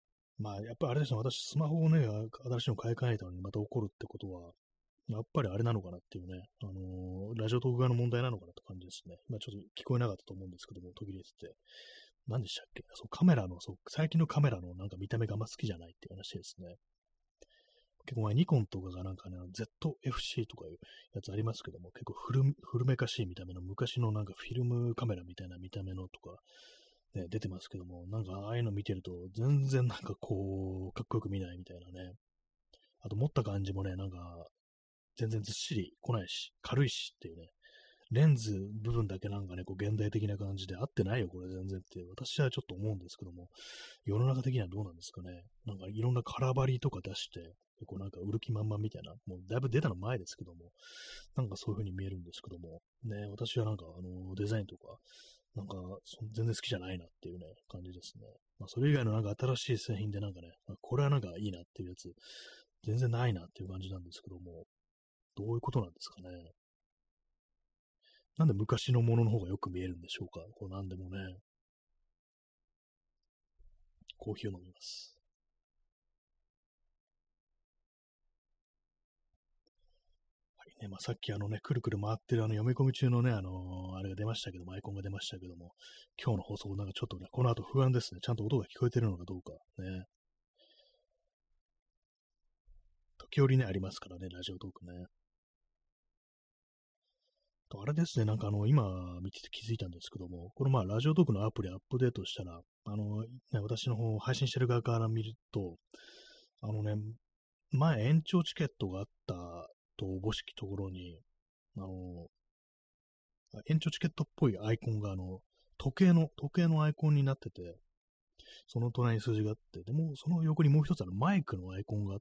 Speaker 1: まあ、やっぱりあれですね、私、スマホをね、新しいの買い替えたのにまた怒るってことは、やっぱりあれなのかなっていうね、ラジオトーク側の問題なのかなって感じですね。まあ、ちょっと聞こえなかったと思うんですけども、途切れてて。何でしたっけ、そう、カメラの、そう、最近のカメラのなんか見た目があんま好きじゃないっていう話ですね。結構前ニコンとかがなんかね、ZFC とかいうやつありますけども、結構古めかしい見た目の昔のなんかフィルムカメラみたいな見た目のとか、ね、出てますけども、なんかああいうの見てると全然なんかこう、かっこよく見ないみたいなね。あと持った感じもね、なんか全然ずっしり来ないし、軽いしっていうね。レンズ部分だけなんかね、こう現代的な感じで合ってないよ、これ全然って、私はちょっと思うんですけども、世の中的にはどうなんですかね。なんかいろんなカラーバリとか出して、結構なんか売る気満々みたいな、もうだいぶ出たの前ですけども、なんかそういう風に見えるんですけども、ね、私はなんかデザインとか、なんか全然好きじゃないなっていうね、感じですね。まあそれ以外のなんか新しい製品でなんかね、これはなんかいいなっていうやつ、全然ないなっていう感じなんですけども、どういうことなんですかね。なんで昔のものの方がよく見えるんでしょうか。こうなんでもね、コーヒーを飲みます。はいね、まあ、さっきくるくる回ってる読み込み中のね、あれが出ましたけども、アイコンが出ましたけども、今日の放送なんかちょっとね、この後不安ですね。ちゃんと音が聞こえてるのかどうか。ね。時折ね、ありますからね、ラジオトークね。あれですね、なんか今見てて気づいたんですけども、このまあ、ラジオトークのアプリアップデートしたら、ね、私の方、配信してる側から見ると、あのね、前延長チケットがあったとおぼしきところに、あの、延長チケットっぽいアイコンが、時計のアイコンになってて、その隣に数字があって、でも、その横にもう一つマイクのアイコンがあって、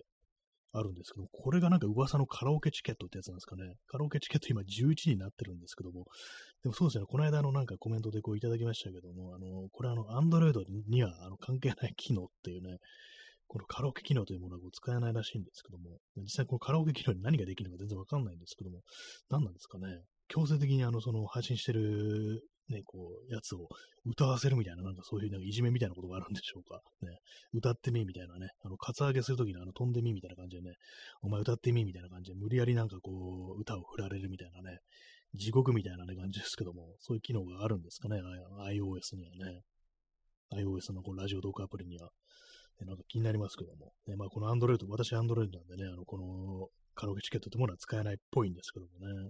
Speaker 1: あるんですけど、これがなんか噂のカラオケチケットってやつなんですかね。カラオケチケット今11になってるんですけども、でもそうですね、この間なんかコメントでこういただきましたけども、これアンドロイドには関係ない機能っていうね、このカラオケ機能というものはこう使えないらしいんですけども、実際このカラオケ機能に何ができるのか全然わかんないんですけども、何なんですかね。強制的にその配信してるね、こう、やつを歌わせるみたいな、なんかそういうなんかいじめみたいなことがあるんでしょうか。ね、歌ってみみたいなね、カツアゲするときに飛んでみみたいな感じでね、お前歌ってみみたいな感じで無理やりなんかこう、歌を振られるみたいなね、地獄みたいなね、感じですけども、そういう機能があるんですかね、iOS にはね。iOS のこのラジオトークアプリには。なんか気になりますけども。ね、まあこの Android、私 Android なんでね、このカラオケチケットってものは使えないっぽいんですけどもね。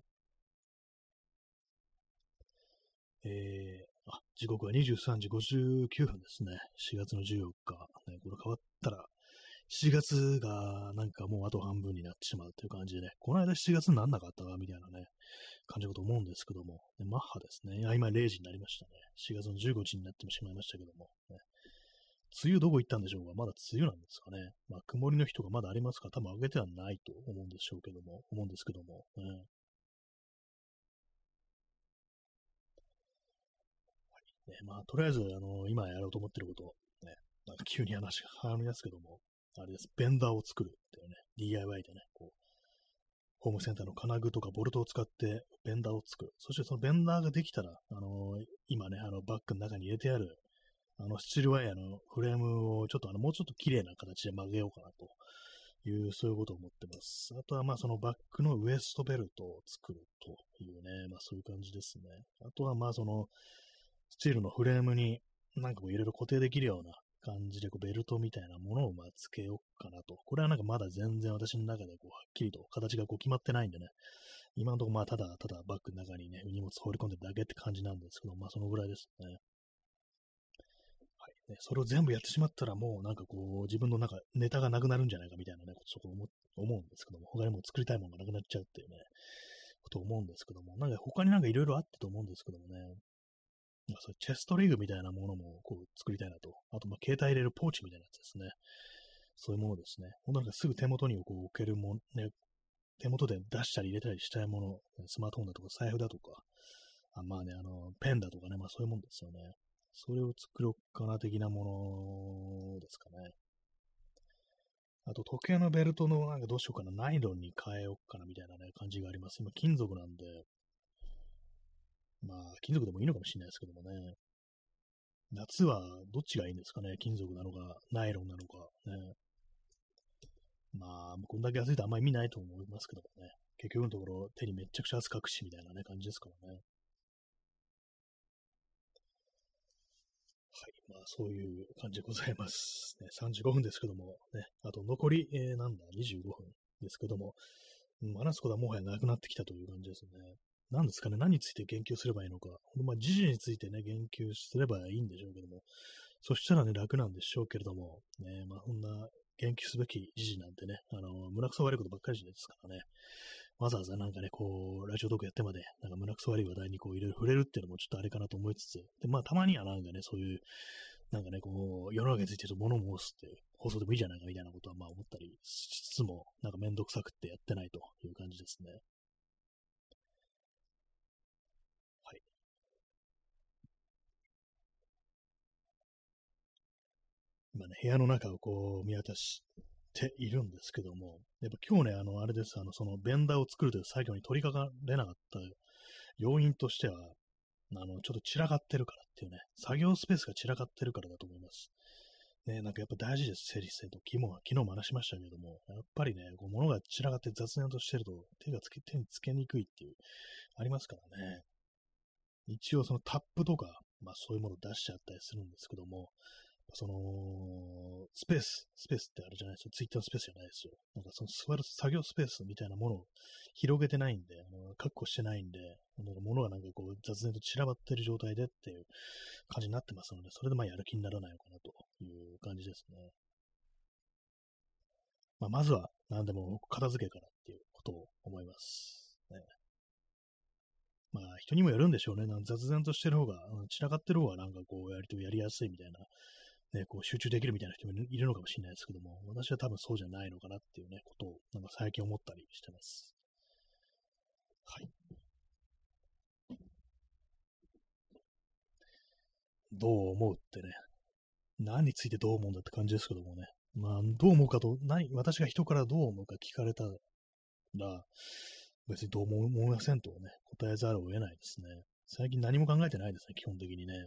Speaker 1: 時刻は23時59分ですね。4月の14日。ね、これ変わったら、7月がなんかもうあと半分になってしまうという感じでね、この間7月になんなかったわ、みたいなね、感じだと思うんですけども、ね、マッハですね。今0時になりましたね。4月の15日になってしまいましたけども、ね、梅雨どこ行ったんでしょうか。まだ梅雨なんですかね。まあ、曇りの日とかまだありますか。多分上げてはないと思うんでしょうけども、思うんですけども、ね、まあ、とりあえず、今やろうと思ってること、ね、なんか急に話が変わりますけども、あれです。ベンダーを作るっていうね、DIY でね、こう、ホームセンターの金具とかボルトを使ってベンダーを作る。そしてそのベンダーができたら、今ね、バッグの中に入れてある、スチールワイヤーのフレームをちょっともうちょっと綺麗な形で曲げようかなという、そういうことを思ってます。あとはまあそのバッグのウエストベルトを作るというね、まあそういう感じですね。あとはまあそのスチールのフレームになんかこういろいろ固定できるような感じでこうベルトみたいなものをまあつけようかなと。これはなんかまだ全然私の中でこうはっきりと形がこう決まってないんでね、今のところまあただただバッグの中にね、荷物放り込んでるだけって感じなんですけど、まあそのぐらいですね。ね、それを全部やってしまったらもうなんかこう自分のなんかネタがなくなるんじゃないかみたいなね、そこ思うんですけども、他にも作りたいものがなくなっちゃうっていうね、ことを思うんですけども、なんか他になんかいろいろあったと思うんですけどもね、なんかそういうチェストリグみたいなものもこう作りたいなと。あとまあ携帯入れるポーチみたいなやつですね。そういうものですね。ほんとなんかすぐ手元にこう置けるもの、ね、手元で出したり入れたりしたいもの、スマートフォンだとか財布だとか、まあね、ペンだとかね、まあそういうもんですよね。それを作ろうかな的なものですかね。あと時計のベルトのなんかどうしようかな、ナイロンに変えようかなみたいなね、感じがあります。今金属なんで、まあ金属でもいいのかもしれないですけどもね。 夏はどっちがいいんですかね。金属なのか、ナイロンなのか、ね。まあ、こんだけ暑いとあんまり意味ないと思いますけどもね。結局のところ手にめっちゃくちゃ汗かくしみたいなね、感じですからね。はい。まあ、そういう感じでございます。ね、35分ですけども、ね、あと残り、25分ですけども、話すことはもはやなくなってきたという感じですね。何ですかね、何について言及すればいいのか。まあ、時事についてね、言及すればいいんでしょうけども、そしたらね、楽なんでしょうけれども、ね、まあ、そんな言及すべき時事なんてね、胸くそ悪いことばっかりですからね、わざわざなんかね、こう、ラジオトークやってまで、なんか胸くそ悪い話題にこう、いろいろ触れるっていうのもちょっとあれかなと思いつつ、で、まあ、たまにはなんかね、そういう、なんかね、こう、世の中についてちょっと物申すっていう放送でもいいじゃないかみたいなことはまあ思ったりしつつも、なんかめんどくさくってやってないという感じですね。はい。今ね、部屋の中をこう見渡しているんですけども、やっぱ今日ね、あれです、そのベンダーを作るという作業に取り掛かれなかった要因としては、ちょっと散らかってるからっていうね、作業スペースが散らかってるからだと思います。ね、なんかやっぱ大事です、整理整頓。昨日も話しましたけども、やっぱりね、こう物が散らかって雑念としてると手につけにくいっていう、ありますからね。一応そのタップとか、まあそういうものを出しちゃったりするんですけども、その、スペースってあれじゃないですよ。ツイッターのスペースじゃないですよ。なんかその座る作業スペースみたいなものを広げてないんで、確保してないんで、なんか物がなんかこう雑然と散らばってる状態でっていう感じになってますので、それでまあやる気にならないのかなという感じですね。まあ、まずは何でも片付けからっていうことを思います。ね、まあ人にもよるんでしょうね。なんか雑然としてる方が、散らかってる方がなんかこうやりやすいみたいなね、こう集中できるみたいな人もいるのかもしれないですけども、私は多分そうじゃないのかなっていうね、ことを、なんか最近思ったりしてます。はい。どう思うってね、何についてどう思うんだって感じですけどもね。まあ、どう思うかと、私が人からどう思うか聞かれたら、別にどうも思いませんとね、答えざるを得ないですね。最近何も考えてないですね、基本的にね。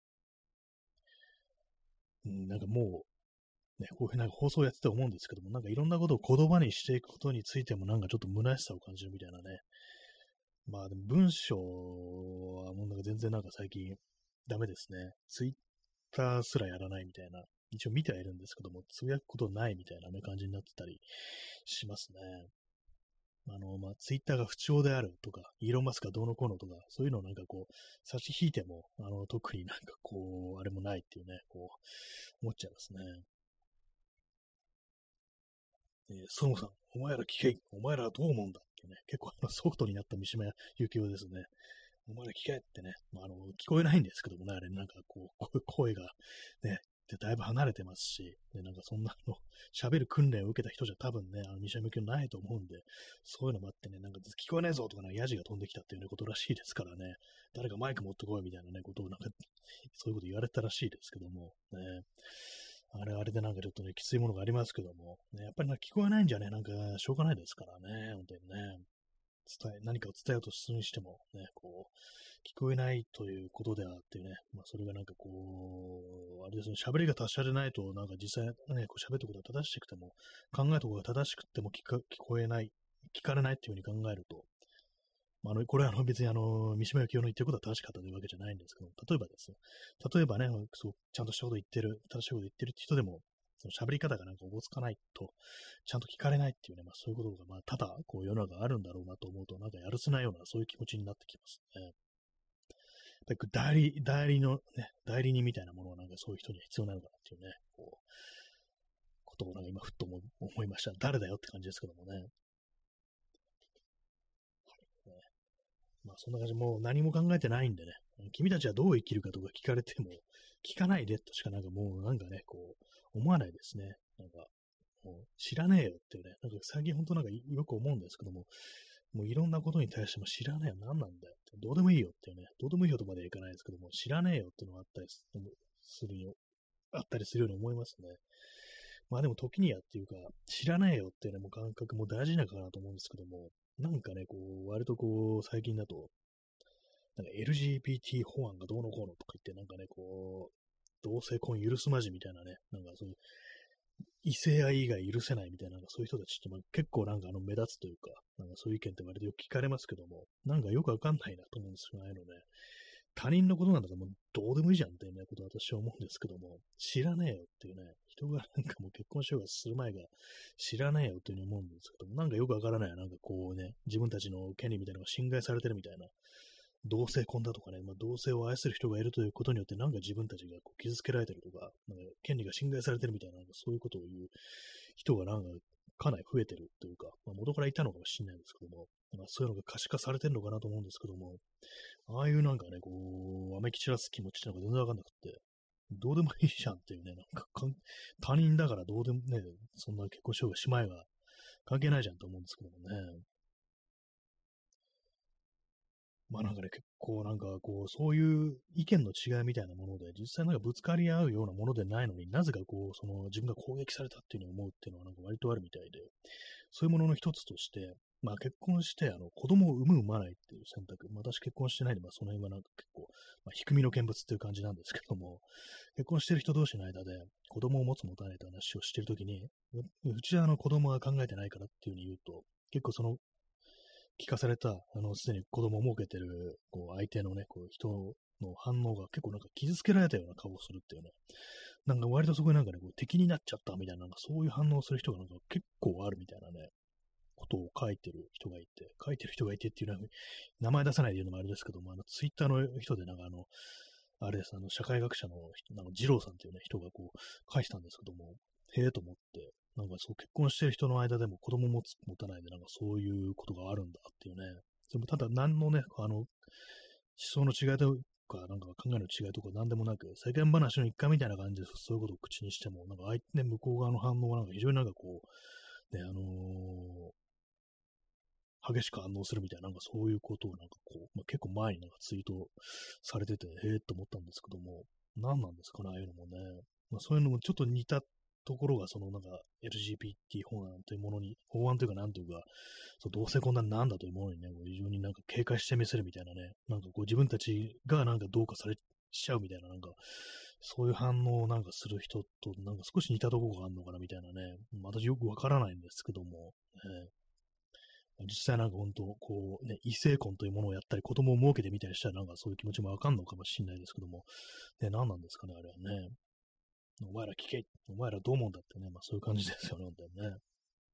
Speaker 1: なんかもう、ね、こういうなんか放送やってて思うんですけども、なんかいろんなことを言葉にしていくことについてもなんかちょっと虚しさを感じるみたいなね、まあでも文章はもうなんか全然なんか最近ダメですね。ツイッターすらやらないみたいな。一応見てはいるんですけども、つぶやくことないみたいなね、感じになってたりしますね。まあ、ツイッターが不調であるとか、イーロンマスクがどうのこうのとか、そういうのをなんかこう、差し引いても、特になんかこう、あれもないっていうね、こう、思っちゃいますね。そもさん、お前ら聞け、お前らはどう思うんだってね、結構ソフトになった三島由紀夫ですね。お前ら聞けってね、まあ、聞こえないんですけどもね、あれ、なんかこう、声がね、でだいぶ離れてますし、で、なんかそんな喋る訓練を受けた人じゃ多分ね、三島由紀夫ないと思うんで、そういうのもあってね、なんか聞こえないぞとか、ヤジが飛んできたっていうね、ことらしいですからね、誰かマイク持ってこいみたいなね、ことをなんか、そういうこと言われたらしいですけども、ね、あれでなんかちょっとね、きついものがありますけども、ね、やっぱりなんか聞こえないんじゃね、なんかしょうがないですからね、本当にね。何かを伝えようとするにしても、ね、こう、聞こえないということではっていうね、まあ、それがなんかこう、あれですね、喋りが達者でないと、なんか実際ね、こう喋ったことが正しくても、考えたことが正しくても聞こえない、聞かれないっていうふうに考えると、まあ、これは別に三島由紀夫の言ってることは正しかったというわけじゃないんですけど、例えばですよ。例えばね、そう、ちゃんとしたこと言ってる、正しいこと言ってるって人でも、その喋り方がなんかおぼつかないと、ちゃんと聞かれないっていうね、まあそういうことが、まあただ、こう世の中あるんだろうなと思うと、なんかやるせないような、そういう気持ちになってきますね。やっぱり代理人みたいなものはなんかそういう人には必要なのかなっていうね、こう、ことをなんか今ふっと思いました。誰だよって感じですけどもね。ね、まあそんな感じ、もう何も考えてないんでね、君たちはどう生きるかとか聞かれても、聞かないでとしかなんかもうなんかね、こう、思わないですね。なんか、もう知らねえよっていうね、なんか最近本当なんかよく思うんですけども、もういろんなことに対しても知らねえよ、何なんだよって、どうでもいいよっていうね、どうでもいいよとまではいかないですけども、知らねえよっていうのがあったりするように思いますね。まあでも時にはっていうか、知らねえよっていうね、もう感覚も大事なのかなと思うんですけども、なんかね、こう、割とこう、最近だと、なんか LGBT 法案がどうのこうのとか言って、なんかね、こう、 同性婚許すまじみたいなね、なんかそういう異性愛以外許せないみたいな、なんかそういう人たちって結構なんか目立つというか、なんかそういう意見って割とよく聞かれますけども、なんかよくわかんないなと思うんですよね、ああいうのね。他人のことなんだからもうどうでもいいじゃんっていうね、ことを私は思うんですけども、知らねえよっていうね、人がなんかもう結婚しようがする前が知らねえよっていうふうに思うんですけども、なんかよくわからない、なんかこうね、自分たちの権利みたいなのが侵害されてるみたいな、同性婚だとかね、同性を愛する人がいるということによって、なんか自分たちがこう傷つけられてるとか、なんか権利が侵害されてるみたいな、なんかそういうことを言う人がなんかかなり増えてるというか、元からいたのかもしれないんですけども、そういうのが可視化されてるのかなと思うんですけども、ああいうなんかね、こう、甘き散らす気持ちってのが全然わかんなくて、どうでもいいじゃんっていうね、他人だからどうでもね、そんな結婚しようがしまいが関係ないじゃんと思うんですけどもね。なんかね、結構なんかこう、そういう意見の違いみたいなもので、実際なんかぶつかり合うようなものでないのになぜかこう、その自分が攻撃されたっていうふうに思うっていうのはなんか割とあるみたいで、そういうものの一つとして、結婚して、子供を産む産まないっていう選択。私結婚してないんで、その辺はなんか結構、低みの見物っていう感じなんですけども、結婚してる人同士の間で子供を持つ持たないって話をしてるときに、うちは子供は考えてないからっていうふうに言うと、結構その聞かされた、すでに子供を設けてる、こう、相手のね、こう、人の反応が結構なんか傷つけられたような顔をするっていうね。なんか割とそこになんかね、こう敵になっちゃったみたいな、なんかそういう反応をする人がなんか結構あるみたいなね、ことを書いてる人がいて、書いてる人がいてっていうのは、名前出さないで言うのもあれですけども、ツイッターの人でなんかあれです、社会学者の人、二郎さんっていうね、人がこう、書いてたんですけども、へえと思って、なんかそう結婚してる人の間でも子供持つ、持たないで、なんかそういうことがあるんだっていうね。でもただ何のね、思想の違いとか、なんか考えの違いとか何でもなく、世間話の一環みたいな感じでそういうことを口にしても、なんか相手ね、向こう側の反応がなんか非常になんかこう、ね、激しく反応するみたいな、なんかそういうことをなんかこう、結構前になんかツイートされてて、へえと思ったんですけども、何なんですかね、ああいうのもね。そういうのもちょっと似たところが、そのなんか LGBT 法案というものに、法案というかなんというか、そう同性婚なんだというものにね、こう非常になんか警戒してみせるみたいなね、なんかこう自分たちがなんかどうかされしちゃうみたいな、なんか、そういう反応をなんかする人となんか少し似たところがあるのかなみたいなね、私よくわからないんですけども、実際なんか本当、こうね、異性婚というものをやったり、子供を設けてみたりしたら、なんかそういう気持ちもわかんのかもしれないですけども、ね、何なんですかね、あれはね。お前ら聞け、お前らどう思うんだってね、そういう感じですよね、本当にね。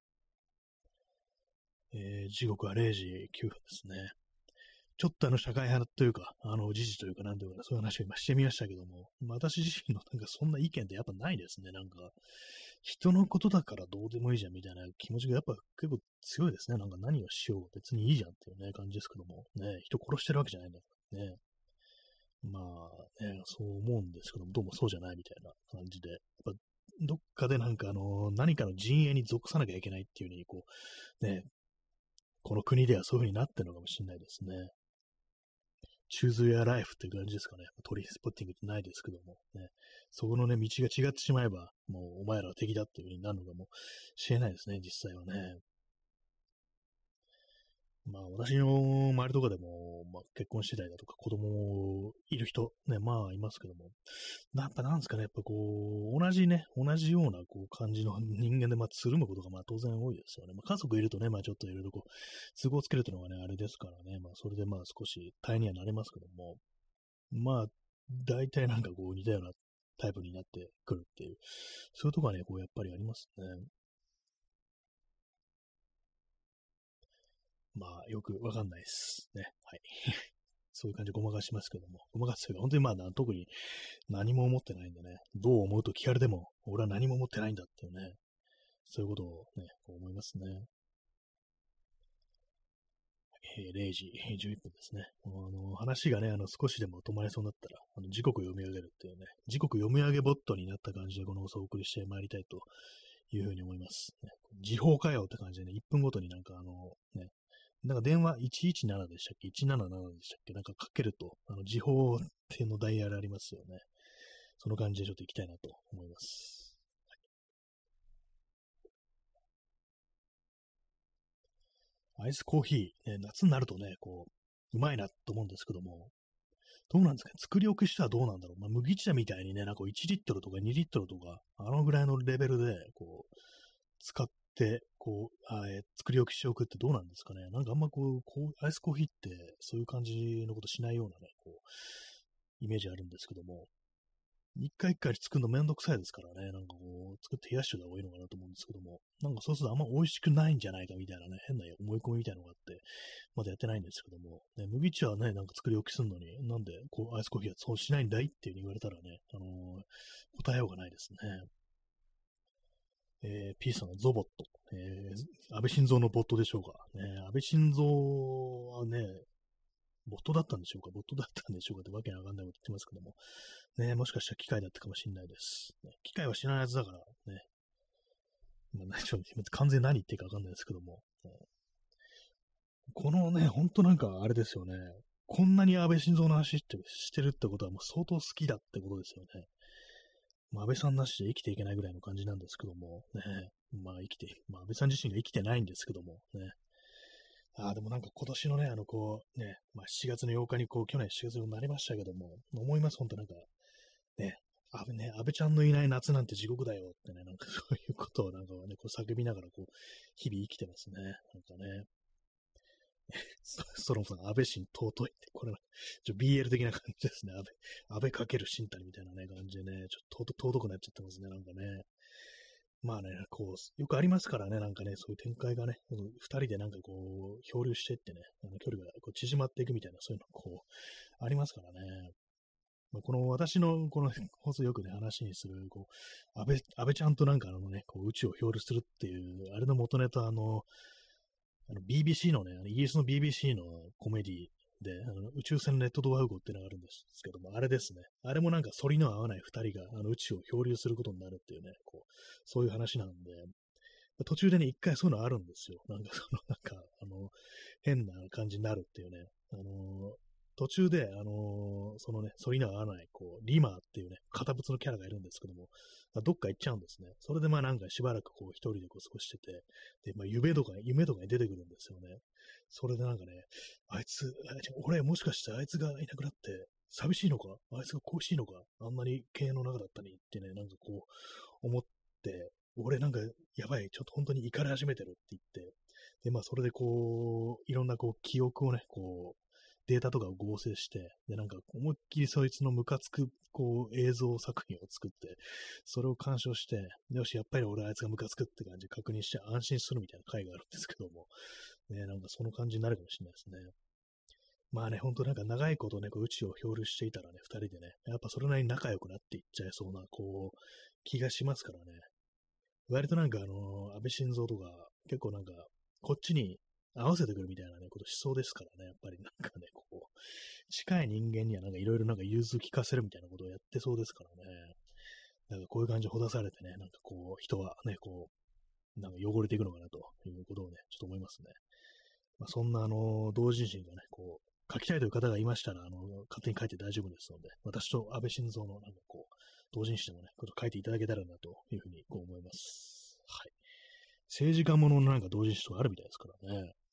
Speaker 1: 時刻は0時9分ですね。ちょっと社会派というか、時事というか、なんというか、そういう話を今してみましたけども、私自身のなんかそんな意見ってやっぱないですね。なんか、人のことだからどうでもいいじゃんみたいな気持ちがやっぱ結構強いですね。なんか何をしよう別にいいじゃんっていうね、感じですけども、ね、人殺してるわけじゃないんだからね。そう思うんですけども、どうもそうじゃないみたいな感じで、やっぱどっかでなんか何かの陣営に属さなきゃいけないっていう風に、こう、ね、この国ではそういう風になってるのかもしれないですね。チューズ・やライフっていう感じですかね。トリースポッティングってないですけども、ね。そこのね、道が違ってしまえば、もうお前らは敵だっていう風になるのかもしれないですね、実際はね。私の周りとかでも、結婚してたりだとか、子供いる人、ね、いますけども、やっぱなんですかね、やっぱこう、同じようなこう感じの人間で、つるむことが当然多いですよね。家族いるとね、ちょっといろいろこう、都合つけるというのがね、あれですからね、それで少し大変にはなりますけども、大体なんかこう似たようなタイプになってくるっていう、そういうとこはね、こうやっぱりありますね。よくわかんないですね。はい。そういう感じでごまかしますけども、ごまかすというか、本当に特に何も思ってないんでね、どう思うと聞かれても、俺は何も思ってないんだっていうね、そういうことをね、こう思いますね。0時11分ですね。話がね、少しでも止まりそうになったら、時刻を読み上げるっていうね、時刻読み上げボットになった感じでこの放送をお送りしてまいりたいというふうに思います。ね、時報かよって感じでね、1分ごとになんかね、なんか電話117でしたっけ ?177 でしたっけなんかかけると、時報っていうのダイヤルありますよね。その感じでちょっと行きたいなと思います。アイスコーヒー、ね、夏になるとね、こう、うまいなと思うんですけども、 どうなんですかね。作り置きしたらどうなんだろう。まあ、麦茶みたいにね、なんか1リットルとか2リットルとか、あのぐらいのレベルで、こう、使って、こう、作り置きしておくってどうなんですかね。なんかあんまアイスコーヒーってそういう感じのことしないようなね、イメージあるんですけども、一回一回作るのめんどくさいですからね、なんか作って冷やしてた方がいいのかなと思うんですけども、なんかそうするとあんま美味しくないんじゃないかみたいなね、変な思い込みみたいなのがあって、まだやってないんですけども、ね、麦茶はね、なんか作り置きするのに、なんでアイスコーヒーはそうしないんだいっていう風に言われたらね、答えようがないですね。P さんのゾボット。安倍晋三のボットでしょうか。安倍晋三はね、ボットだったんでしょうか、ボットだったんでしょうかってわけわかんないこと言ってますけども。ね、もしかしたら機械だったかもしれないです。ね、機械は知らないやつだからね。まあ、ちょっと完全に何言ってるかわかんないですけども。このね、ほんとなんかあれですよね。こんなに安倍晋三の話してるってことはもう相当好きだってことですよね。まあ、安倍さんなしで生きていけないぐらいの感じなんですけども、ね。まあ安倍さん自身が生きてないんですけども、ね。でもなんか今年のね、まあ、7月の8日に去年7月になりましたけども、思います、本当なんか、ね、安倍ちゃんのいない夏なんて地獄だよってね、なんかそういうことをなんかね、叫びながら日々生きてますね。なんかね、ストロムさん、安倍晋尊いって、これは、BL 的な感じですね。安倍かける新谷みたいなね、感じでね、ちょっと尊くなっちゃってますね、なんかね。まあね、よくありますからね、なんかね、そういう展開がね、二人でなんか漂流してってね、距離が縮まっていくみたいな、そういうのありますからね。まあ、私のこの放送よくね、話にする、安倍ちゃんとなんか宇宙を漂流するっていう、あれの元ネタ、BBC のね、イギリスの BBC のコメディで、宇宙船レッドドワーフ号っていうのがあるんですけども、あれですね。あれもなんか反りの合わない二人が宇宙を漂流することになるっていうね、そういう話なんで、途中でね、一回そういうのあるんですよ。なんか変な感じになるっていうね。途中で、そのね、反りの合わない、リマーっていうね、堅物のキャラがいるんですけども、どっか行っちゃうんですね。それでまあなんかしばらく一人で過ごしてて、で、まあ夢とかに出てくるんですよね。それでなんかね、俺もしかしてあいつがいなくなって、寂しいのかあいつが恋しいのかあんなに経営の中だったにってね、なんか思って、俺なんかやばい、ちょっと本当に怒り始めてるって言って、で、まあそれでいろんな記憶をね、データとかを合成して、で、なんか思いっきりそいつのムカつく、映像作品を作って、それを鑑賞して、よし、やっぱり俺あいつがムカつくって感じで確認して安心するみたいな回があるんですけども、ね、なんかその感じになるかもしれないですね。まあね、ほんとなんか長いことね、宇宙を漂流していたらね、二人でね、やっぱそれなりに仲良くなっていっちゃいそうな、気がしますからね。割となんか安倍晋三とか、結構なんか、こっちに合わせてくるみたいなね、ことしそうですからね、やっぱりなんかね、近い人間にはなんかいろいろなんか融通聞かせるみたいなことをやってそうですからね。なんかこういう感じでほだされてね、なんか人はね、なんか汚れていくのかなということをね、ちょっと思いますね。まあ、そんな同人誌がね、書きたいという方がいましたら、勝手に書いて大丈夫ですので、私と安倍晋三のなんか同人誌でもね、こと書いていただけたらなというふうに思います。はい。政治家もののなんか同人誌とかあるみたいですからね。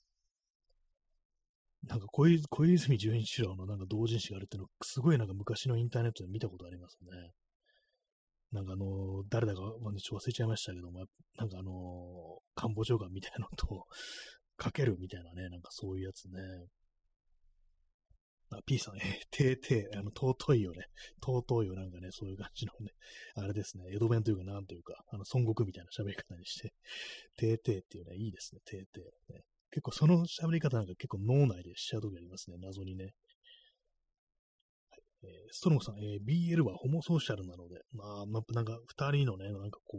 Speaker 1: なんか小泉純一郎のなんか同人誌があるっていうの、すごいなんか昔のインターネットで見たことありますね。なんか誰だか、まあね、ちょっと忘れちゃいましたけども、なんか官房長官みたいなのとかけるみたいなね、なんかそういうやつね。P さん、尊いよね。尊いよ、なんかね、そういう感じのね、あれですね、江戸弁というか、なんというか、孫悟空みたいな喋り方にして、っていうね、いいですね、ね。結構その喋り方なんか結構脳内でしちゃうときありますね、謎にね。ストロムさん、BL はホモソーシャルなので、なんか二人のね、なんか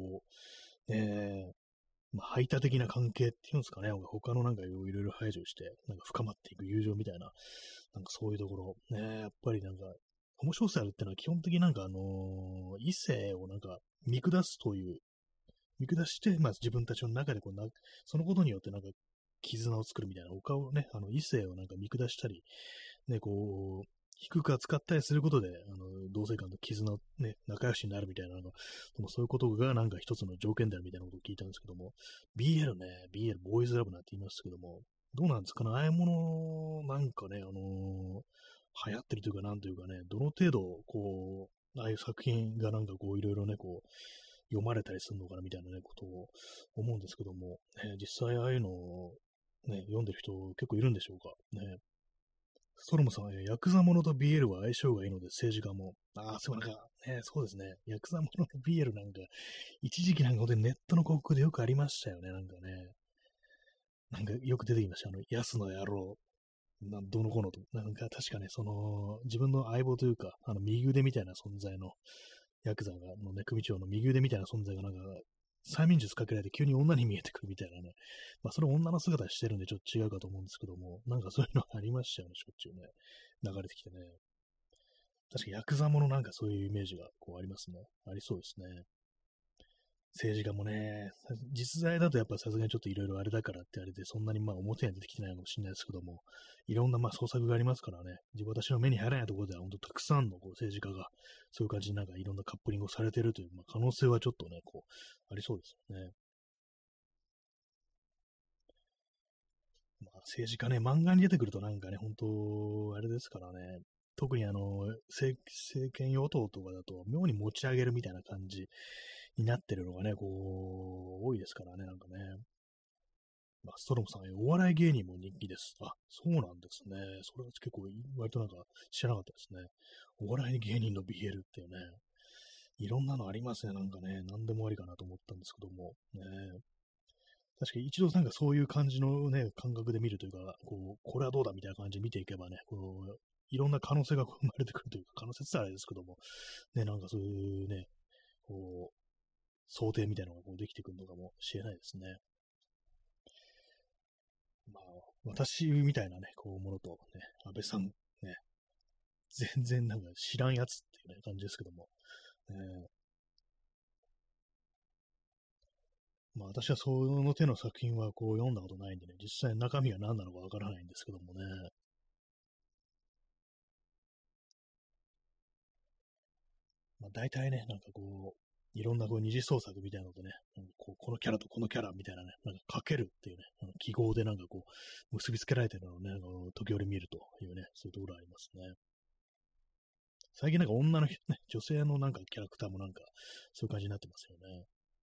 Speaker 1: まあ、排他的な関係っていうんですかね、他のなんかいろいろ排除して、なんか深まっていく友情みたいな、なんかそういうところ、ね、やっぱりなんか、ホモソーシャルってのは基本的になんか異性をなんか見下して、まあ自分たちの中でそのことによってなんか絆を作るみたいな、他をね、異性をなんか見下したり、ね、低く扱ったりすることで、同性間の絆をね、仲良しになるみたいなそういうことがなんか一つの条件であるみたいなことを聞いたんですけども、BL ね、ボーイズラブなんて言いますけども、どうなんですかね、ああいうもの、なんかね、 流行ってるというか、なんというかね、どの程度、こう、ああいう作品がなんかこう、いろいろね、こう、読まれたりするのかなみたいなね、ことを思うんですけども、実際ああいうのをね、読んでる人結構いるんでしょうかね。ストロムさん、ヤクザものと BL は相性がいいので政治家も。ああ、そうなんか、ね、そうですね。ヤクザものと BL なんか、一時期なんか本当にネットの広告でよくありましたよね、なんかね。なんかよく出てきました。安の野郎、どうのこうのと。なんか確かね、自分の相棒というか、右腕みたいな存在の、ヤクザのね、組長の右腕みたいな存在がなんか、催眠術かけられて急に女に見えてくるみたいなね。まあ、それ女の姿してるんでちょっと違うかと思うんですけども、なんかそういうのありましたよね、しょっちゅうね。流れてきてね。確かヤクザものなんかそういうイメージがこうありますね。ありそうですね。政治家もね、実在だとやっぱさすがにちょっといろいろあれだからってあれで、そんなにまあ表に出てきてないかもしれないですけども、いろんなまあ創作がありますからね、私の目に入らないところでは本当たくさんのこう政治家がそういう感じになんかいろんなカップリングをされてるという、まあ、可能性はちょっとね、こう、ありそうですよね。まあ、政治家ね、漫画に出てくるとなんかね、本当あれですからね、特に政権与党とかだと、妙に持ち上げるみたいな感じになってるのがね、こう、多いですからね、なんかね。まあ、ストロムさん、お笑い芸人も人気です。あ、そうなんですね。それは結構、割となんか知らなかったですね。お笑い芸人の BL っていうね、いろんなのありますね。なんかね、何でもありかなと思ったんですけども。ね、確かに一度なんかそういう感じのね、感覚で見るというか、こう、これはどうだみたいな感じで見ていけばね、こう、いろんな可能性が生まれてくるというか、可能性って言ったらあれですけども、ね、なんかそういうね、こう、想定みたいなのがこうできてくるのかもしれないですね。まあ、私みたいなね、こう、ものとね、安倍さん、ね、全然なんか知らんやつっていうね、感じですけども、まあ私はその手の作品はこう読んだことないんでね、実際中身が何なのかわからないんですけどもね、まあ大体ね、なんかこう、いろんなこう二次創作みたいなのでね、こうこのキャラとこのキャラみたいなね、なんかかけるっていうね、記号でなんかこう、結びつけられてるのをね、時折見るというね、そういうところありますね。最近なんか女の人ね、女性のなんかキャラクターもなんか、そういう感じになってますよね。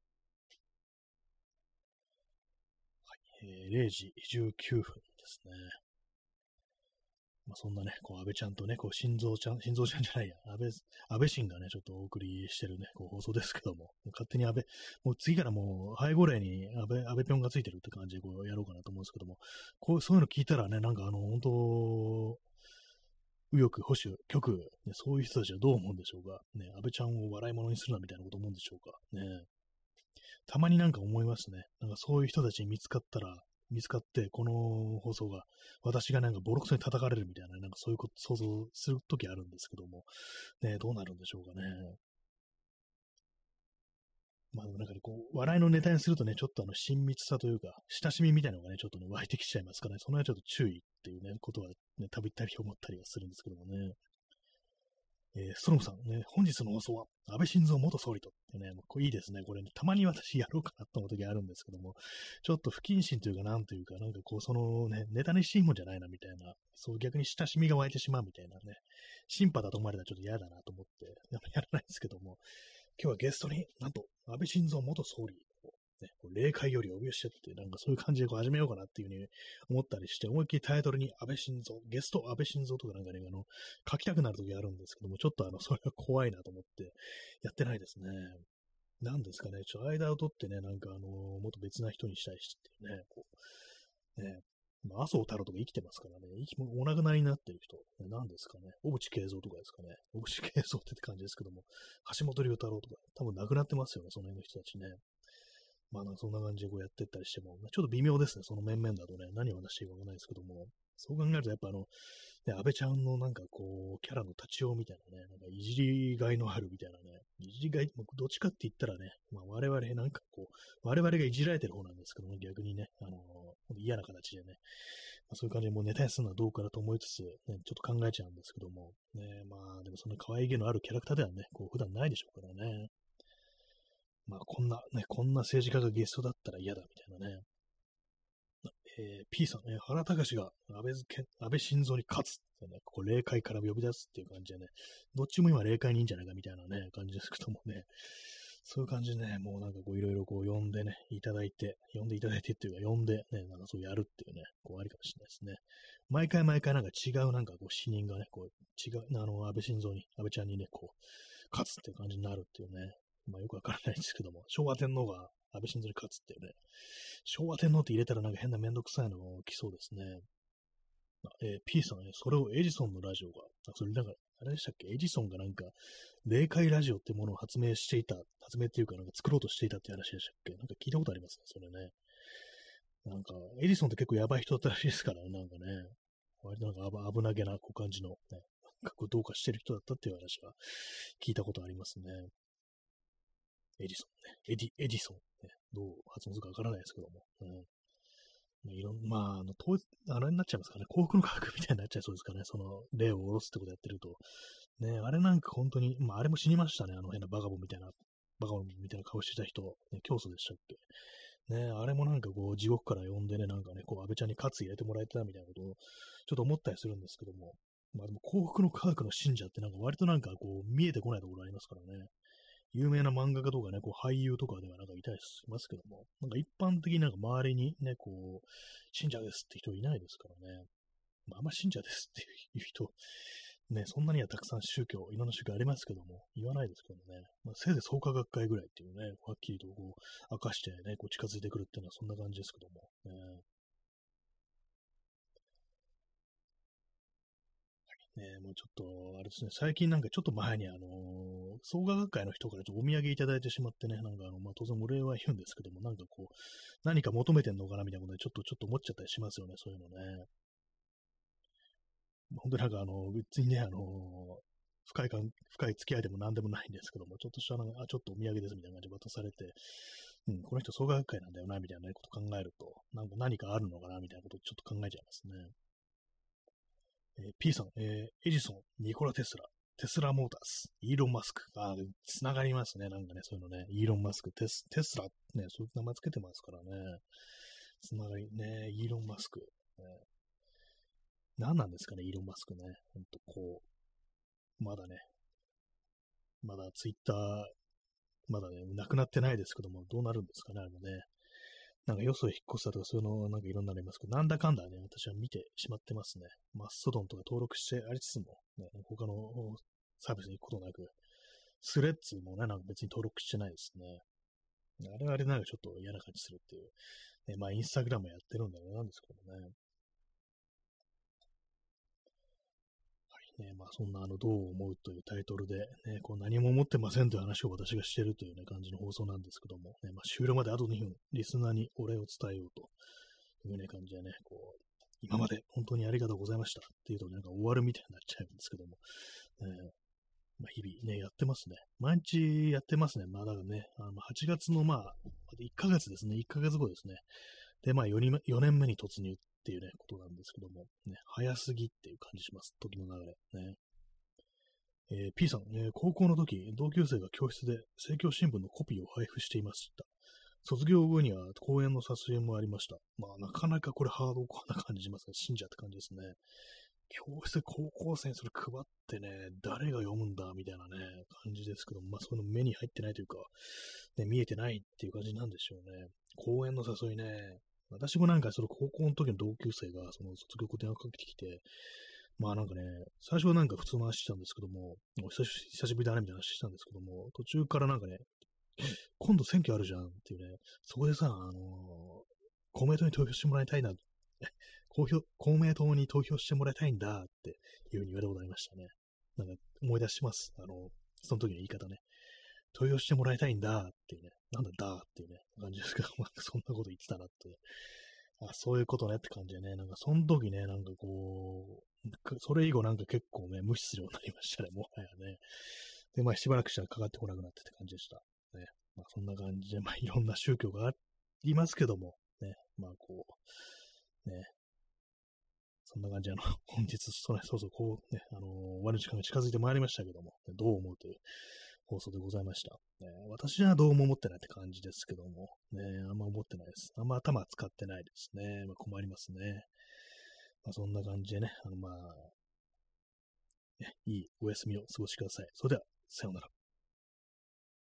Speaker 1: はい、0時19分ですね。まあ、そんなね、こう、安倍ちゃんとね、こう、心臓ちゃんじゃないや、安倍晋がね、ちょっとお送りしてるね、こう、放送ですけども、もう勝手にもう次からもう、背後霊に安倍ぴょんがついてるって感じで、こう、やろうかなと思うんですけども、そういうの聞いたらね、なんか本当右翼、保守、極右、ね、そういう人たちはどう思うんでしょうか。ね、安倍ちゃんを笑い物にするなみたいなこと思うんでしょうか。ね、たまになんか思いますね。なんかそういう人たちに見つかって、この放送が、私がなんかボロクソに叩かれるみたいな、なんかそういうこと想像するときあるんですけども、ね、どうなるんでしょうかね。まあでもなんかね、こう、笑いのネタにするとね、ちょっと親密さというか、親しみみたいなのがね、ちょっとね、湧いてきちゃいますからね、その辺はちょっと注意っていうね、ことはね、たびたび思ったりはするんですけどもね。ストロムさんね、本日の放送は安倍晋三元総理と、ね、もうこれいいですね。これね、たまに私やろうかなと思う時あるんですけども、ちょっと不謹慎というか、なんというか、なんかこう、そのね、ネタにしていいもんじゃないな、みたいな、そう逆に親しみが湧いてしまうみたいなね、シンパだと思われたらちょっと嫌だなと思って、やらないんですけども、今日はゲストになんと、安倍晋三元総理を、ね、こう霊界よりお呼びしてって、なんかそういう感じでこう始めようかなっていうふうに思ったりして、思いっきりタイトルに安倍晋三、ゲスト安倍晋三とかなんかね、書きたくなるときあるんですけども、ちょっとそれは怖いなと思ってやってないですね。なんですかね、間を取ってね、なんかもっと別な人にしたいしっていうね、こう、ね、麻生太郎とか生きてますからね、もうお亡くなりになってる人、何ですかね、小渕恵三とかですかね、小渕恵三って感じですけども、橋本龍太郎とか、多分亡くなってますよね、その辺の人たちね。まあなんかそんな感じでこうやってったりしても、ちょっと微妙ですね、その面々だとね、何を話していいかわかんないですけども、そう考えるとやっぱね、安倍ちゃんのなんかこう、キャラの立ちようみたいなね、なんかいじりがいのあるみたいなね、いじりがい、どっちかって言ったらね、まあ我々なんかこう、我々がいじられてる方なんですけども、逆にね、嫌な形でね、まあ、そういう感じでもうネタにするのはどうかなと思いつつ、ね、ちょっと考えちゃうんですけども、ね、まあでもそんな可愛げのあるキャラクターではね、こう普段ないでしょうからね。まあこんな政治家がゲストだったら嫌だみたいなね。 P さん、原隆が安倍晋三に勝つってね、ここ霊界から呼び出すっていう感じでね、どっちも今霊界にいいんじゃないかみたいなね、感じですけどもね、そういう感じでね、もうなんかこういろいろこう呼んでいただいてっていうか呼んでね、なんかそうやるっていうね、こうありかもしれないですね。毎回なんか違うなんかこう死人がね、こう違う、安倍晋三に、安倍ちゃんにね、こう、勝つっていう感じになるっていうね、まあよくわからないんですけども、昭和天皇が安倍晋三に勝つっていうね、昭和天皇って入れたらなんか変なめんどくさいの来そうですね。P さんね、それをエジソンのラジオが、それなんか、あれでしたっけ、エジソンがなんか、霊界ラジオってものを発明っていうかなんか作ろうとしていたっていう話でしたっけ、なんか聞いたことありますね、それね。なんか、エジソンって結構やばい人だったらしいですからね、なんかね、割となんか危なげなこう感じの、ね、なんかこうどうかしてる人だったっていう話は聞いたことありますね。エジソンね。エディソン、ね。どう発音するかわからないですけども。まあ、あれになっちゃいますかね。幸福の科学みたいになっちゃいそうですかね。その、霊を下ろすってことやってると。ね、あれなんか本当に、まあ、あれも死にましたね。あの変なバカボンみたいな顔してた人、ね、教祖でしたっけ。ね、あれもなんかこう、地獄から呼んでね、なんかね、こう、安倍ちゃんに喝入れてもらえたみたいなことを、ちょっと思ったりするんですけども。まあでも幸福の科学の信者ってなんか割となんかこう、見えてこないところありますからね。有名な漫画家とかね、こう俳優とかではなんかいたりしますけども、なんか一般的になんか周りにね、こう、信者ですって人いないですからね。まあ、あんま信者ですっていう人、ね、そんなにはたくさんいろんな宗教ありますけども、言わないですけどもね、まあ、せいぜい創価学会ぐらいっていうね、はっきりとこう、明かしてね、こう近づいてくるっていうのはそんな感じですけども、ね、もうちょっと、あれですね、最近なんかちょっと前に創価学会の人からちょっとお土産いただいてしまってね、なんかまあ当然お礼は言うんですけども、なんかこう、何か求めてんのかなみたいなことでちょっと思っちゃったりしますよね、そういうのね。本当になんか別にね、深い付き合いでも何でもないんですけども、ちょっとしたなんか、ちょっとお土産ですみたいな感じで渡されて、この人創価学会なんだよな、みたいなこと考えると、なんか何かあるのかな、みたいなことをちょっと考えちゃいますね。P さん、エジソン、ニコラ・テスラ、テスラ・モータース、イーロン・マスク。つながりますね。なんかね、そういうのね。イーロン・マスク、テスラ、ね、そういう名前つけてますからね。つながり、ね、イーロン・マスク。何なんですかね、イーロン・マスクね。ほんとこう、まだツイッター、まだね、なくなってないですけども、どうなるんですかね、あれもね。なんかよそへ引っ越したとか、そういうの、なんかいろんなのありますけど、なんだかんだね、私は見てしまってますね。マストドンとか登録してありつつも、ね、他のサービスに行くことなく、スレッズもね、なんか別に登録してないですね。あれはあれなんかちょっと嫌な感じするっていう。ね、まあ、インスタグラムやってるんだろうなんですけどもね。ね、まあ、そんなどう思うというタイトルで、ね、こう何も思ってませんという話を私がしているという、ね、感じの放送なんですけども、ね、まあ、終了まであと2分、リスナーにお礼を伝えようという、ね、感じでね、こう、今まで本当にありがとうございましたっていうと、なんか終わるみたいになっちゃうんですけども、まあ、日々ね、やってますね。毎日やってますね。まあ、だからね、8月のまあ、1ヶ月ですね、1ヶ月後ですね。で、まあ4年目に突入っていうね、ことなんですけども、ね、早すぎっていう感じします。時の流れ。ね。P さん、高校の時、同級生が教室で政教新聞のコピーを配布していました。卒業後には講演の撮影もありました。まあ、なかなかこれハードコアな感じしますね。信者って感じですね。教室で高校生にそれ配ってね、誰が読むんだみたいなね、感じですけど、まあ、その目に入ってないというか、ね、見えてないっていう感じなんでしょうね。講演の誘いね、私もなんかその高校の時の同級生がその卒業後電話かけてきて、まあなんかね、最初はなんか普通の話したんですけども、久しぶりだねみたいな話したんですけども、途中からなんかね、今度選挙あるじゃんっていうね、そこでさ、公明党に投票してもらいたいな、公明党に投票してもらいたいんだっていうふうに言われたことありましたね。なんか思い出します。その時の言い方ね。投票してもらいたいんだっていうね、なんだだっていうね、感じですけど、そんなこと言ってたなって。そういうことねって感じでね、なんかその時ね、なんかこう、それ以後なんか結構ね、無視するようになりましたね、もはやね。で、まあしばらくしたらかかってこなくなってって感じでした。ね。まあそんな感じで、まあいろんな宗教がありますけども、ね、まあこう、ね、そんな感じで、本日、そうそう、こうね、終わる時間が近づいてまいりましたけども、ね、どう思うという放送でございました。私はどうも思ってないって感じですけども、ね、あんま思ってないです。あんま頭使ってないですね。困りますね。そんな感じでね、ね、いいお休みを過ごしてください。それでは、さようなら。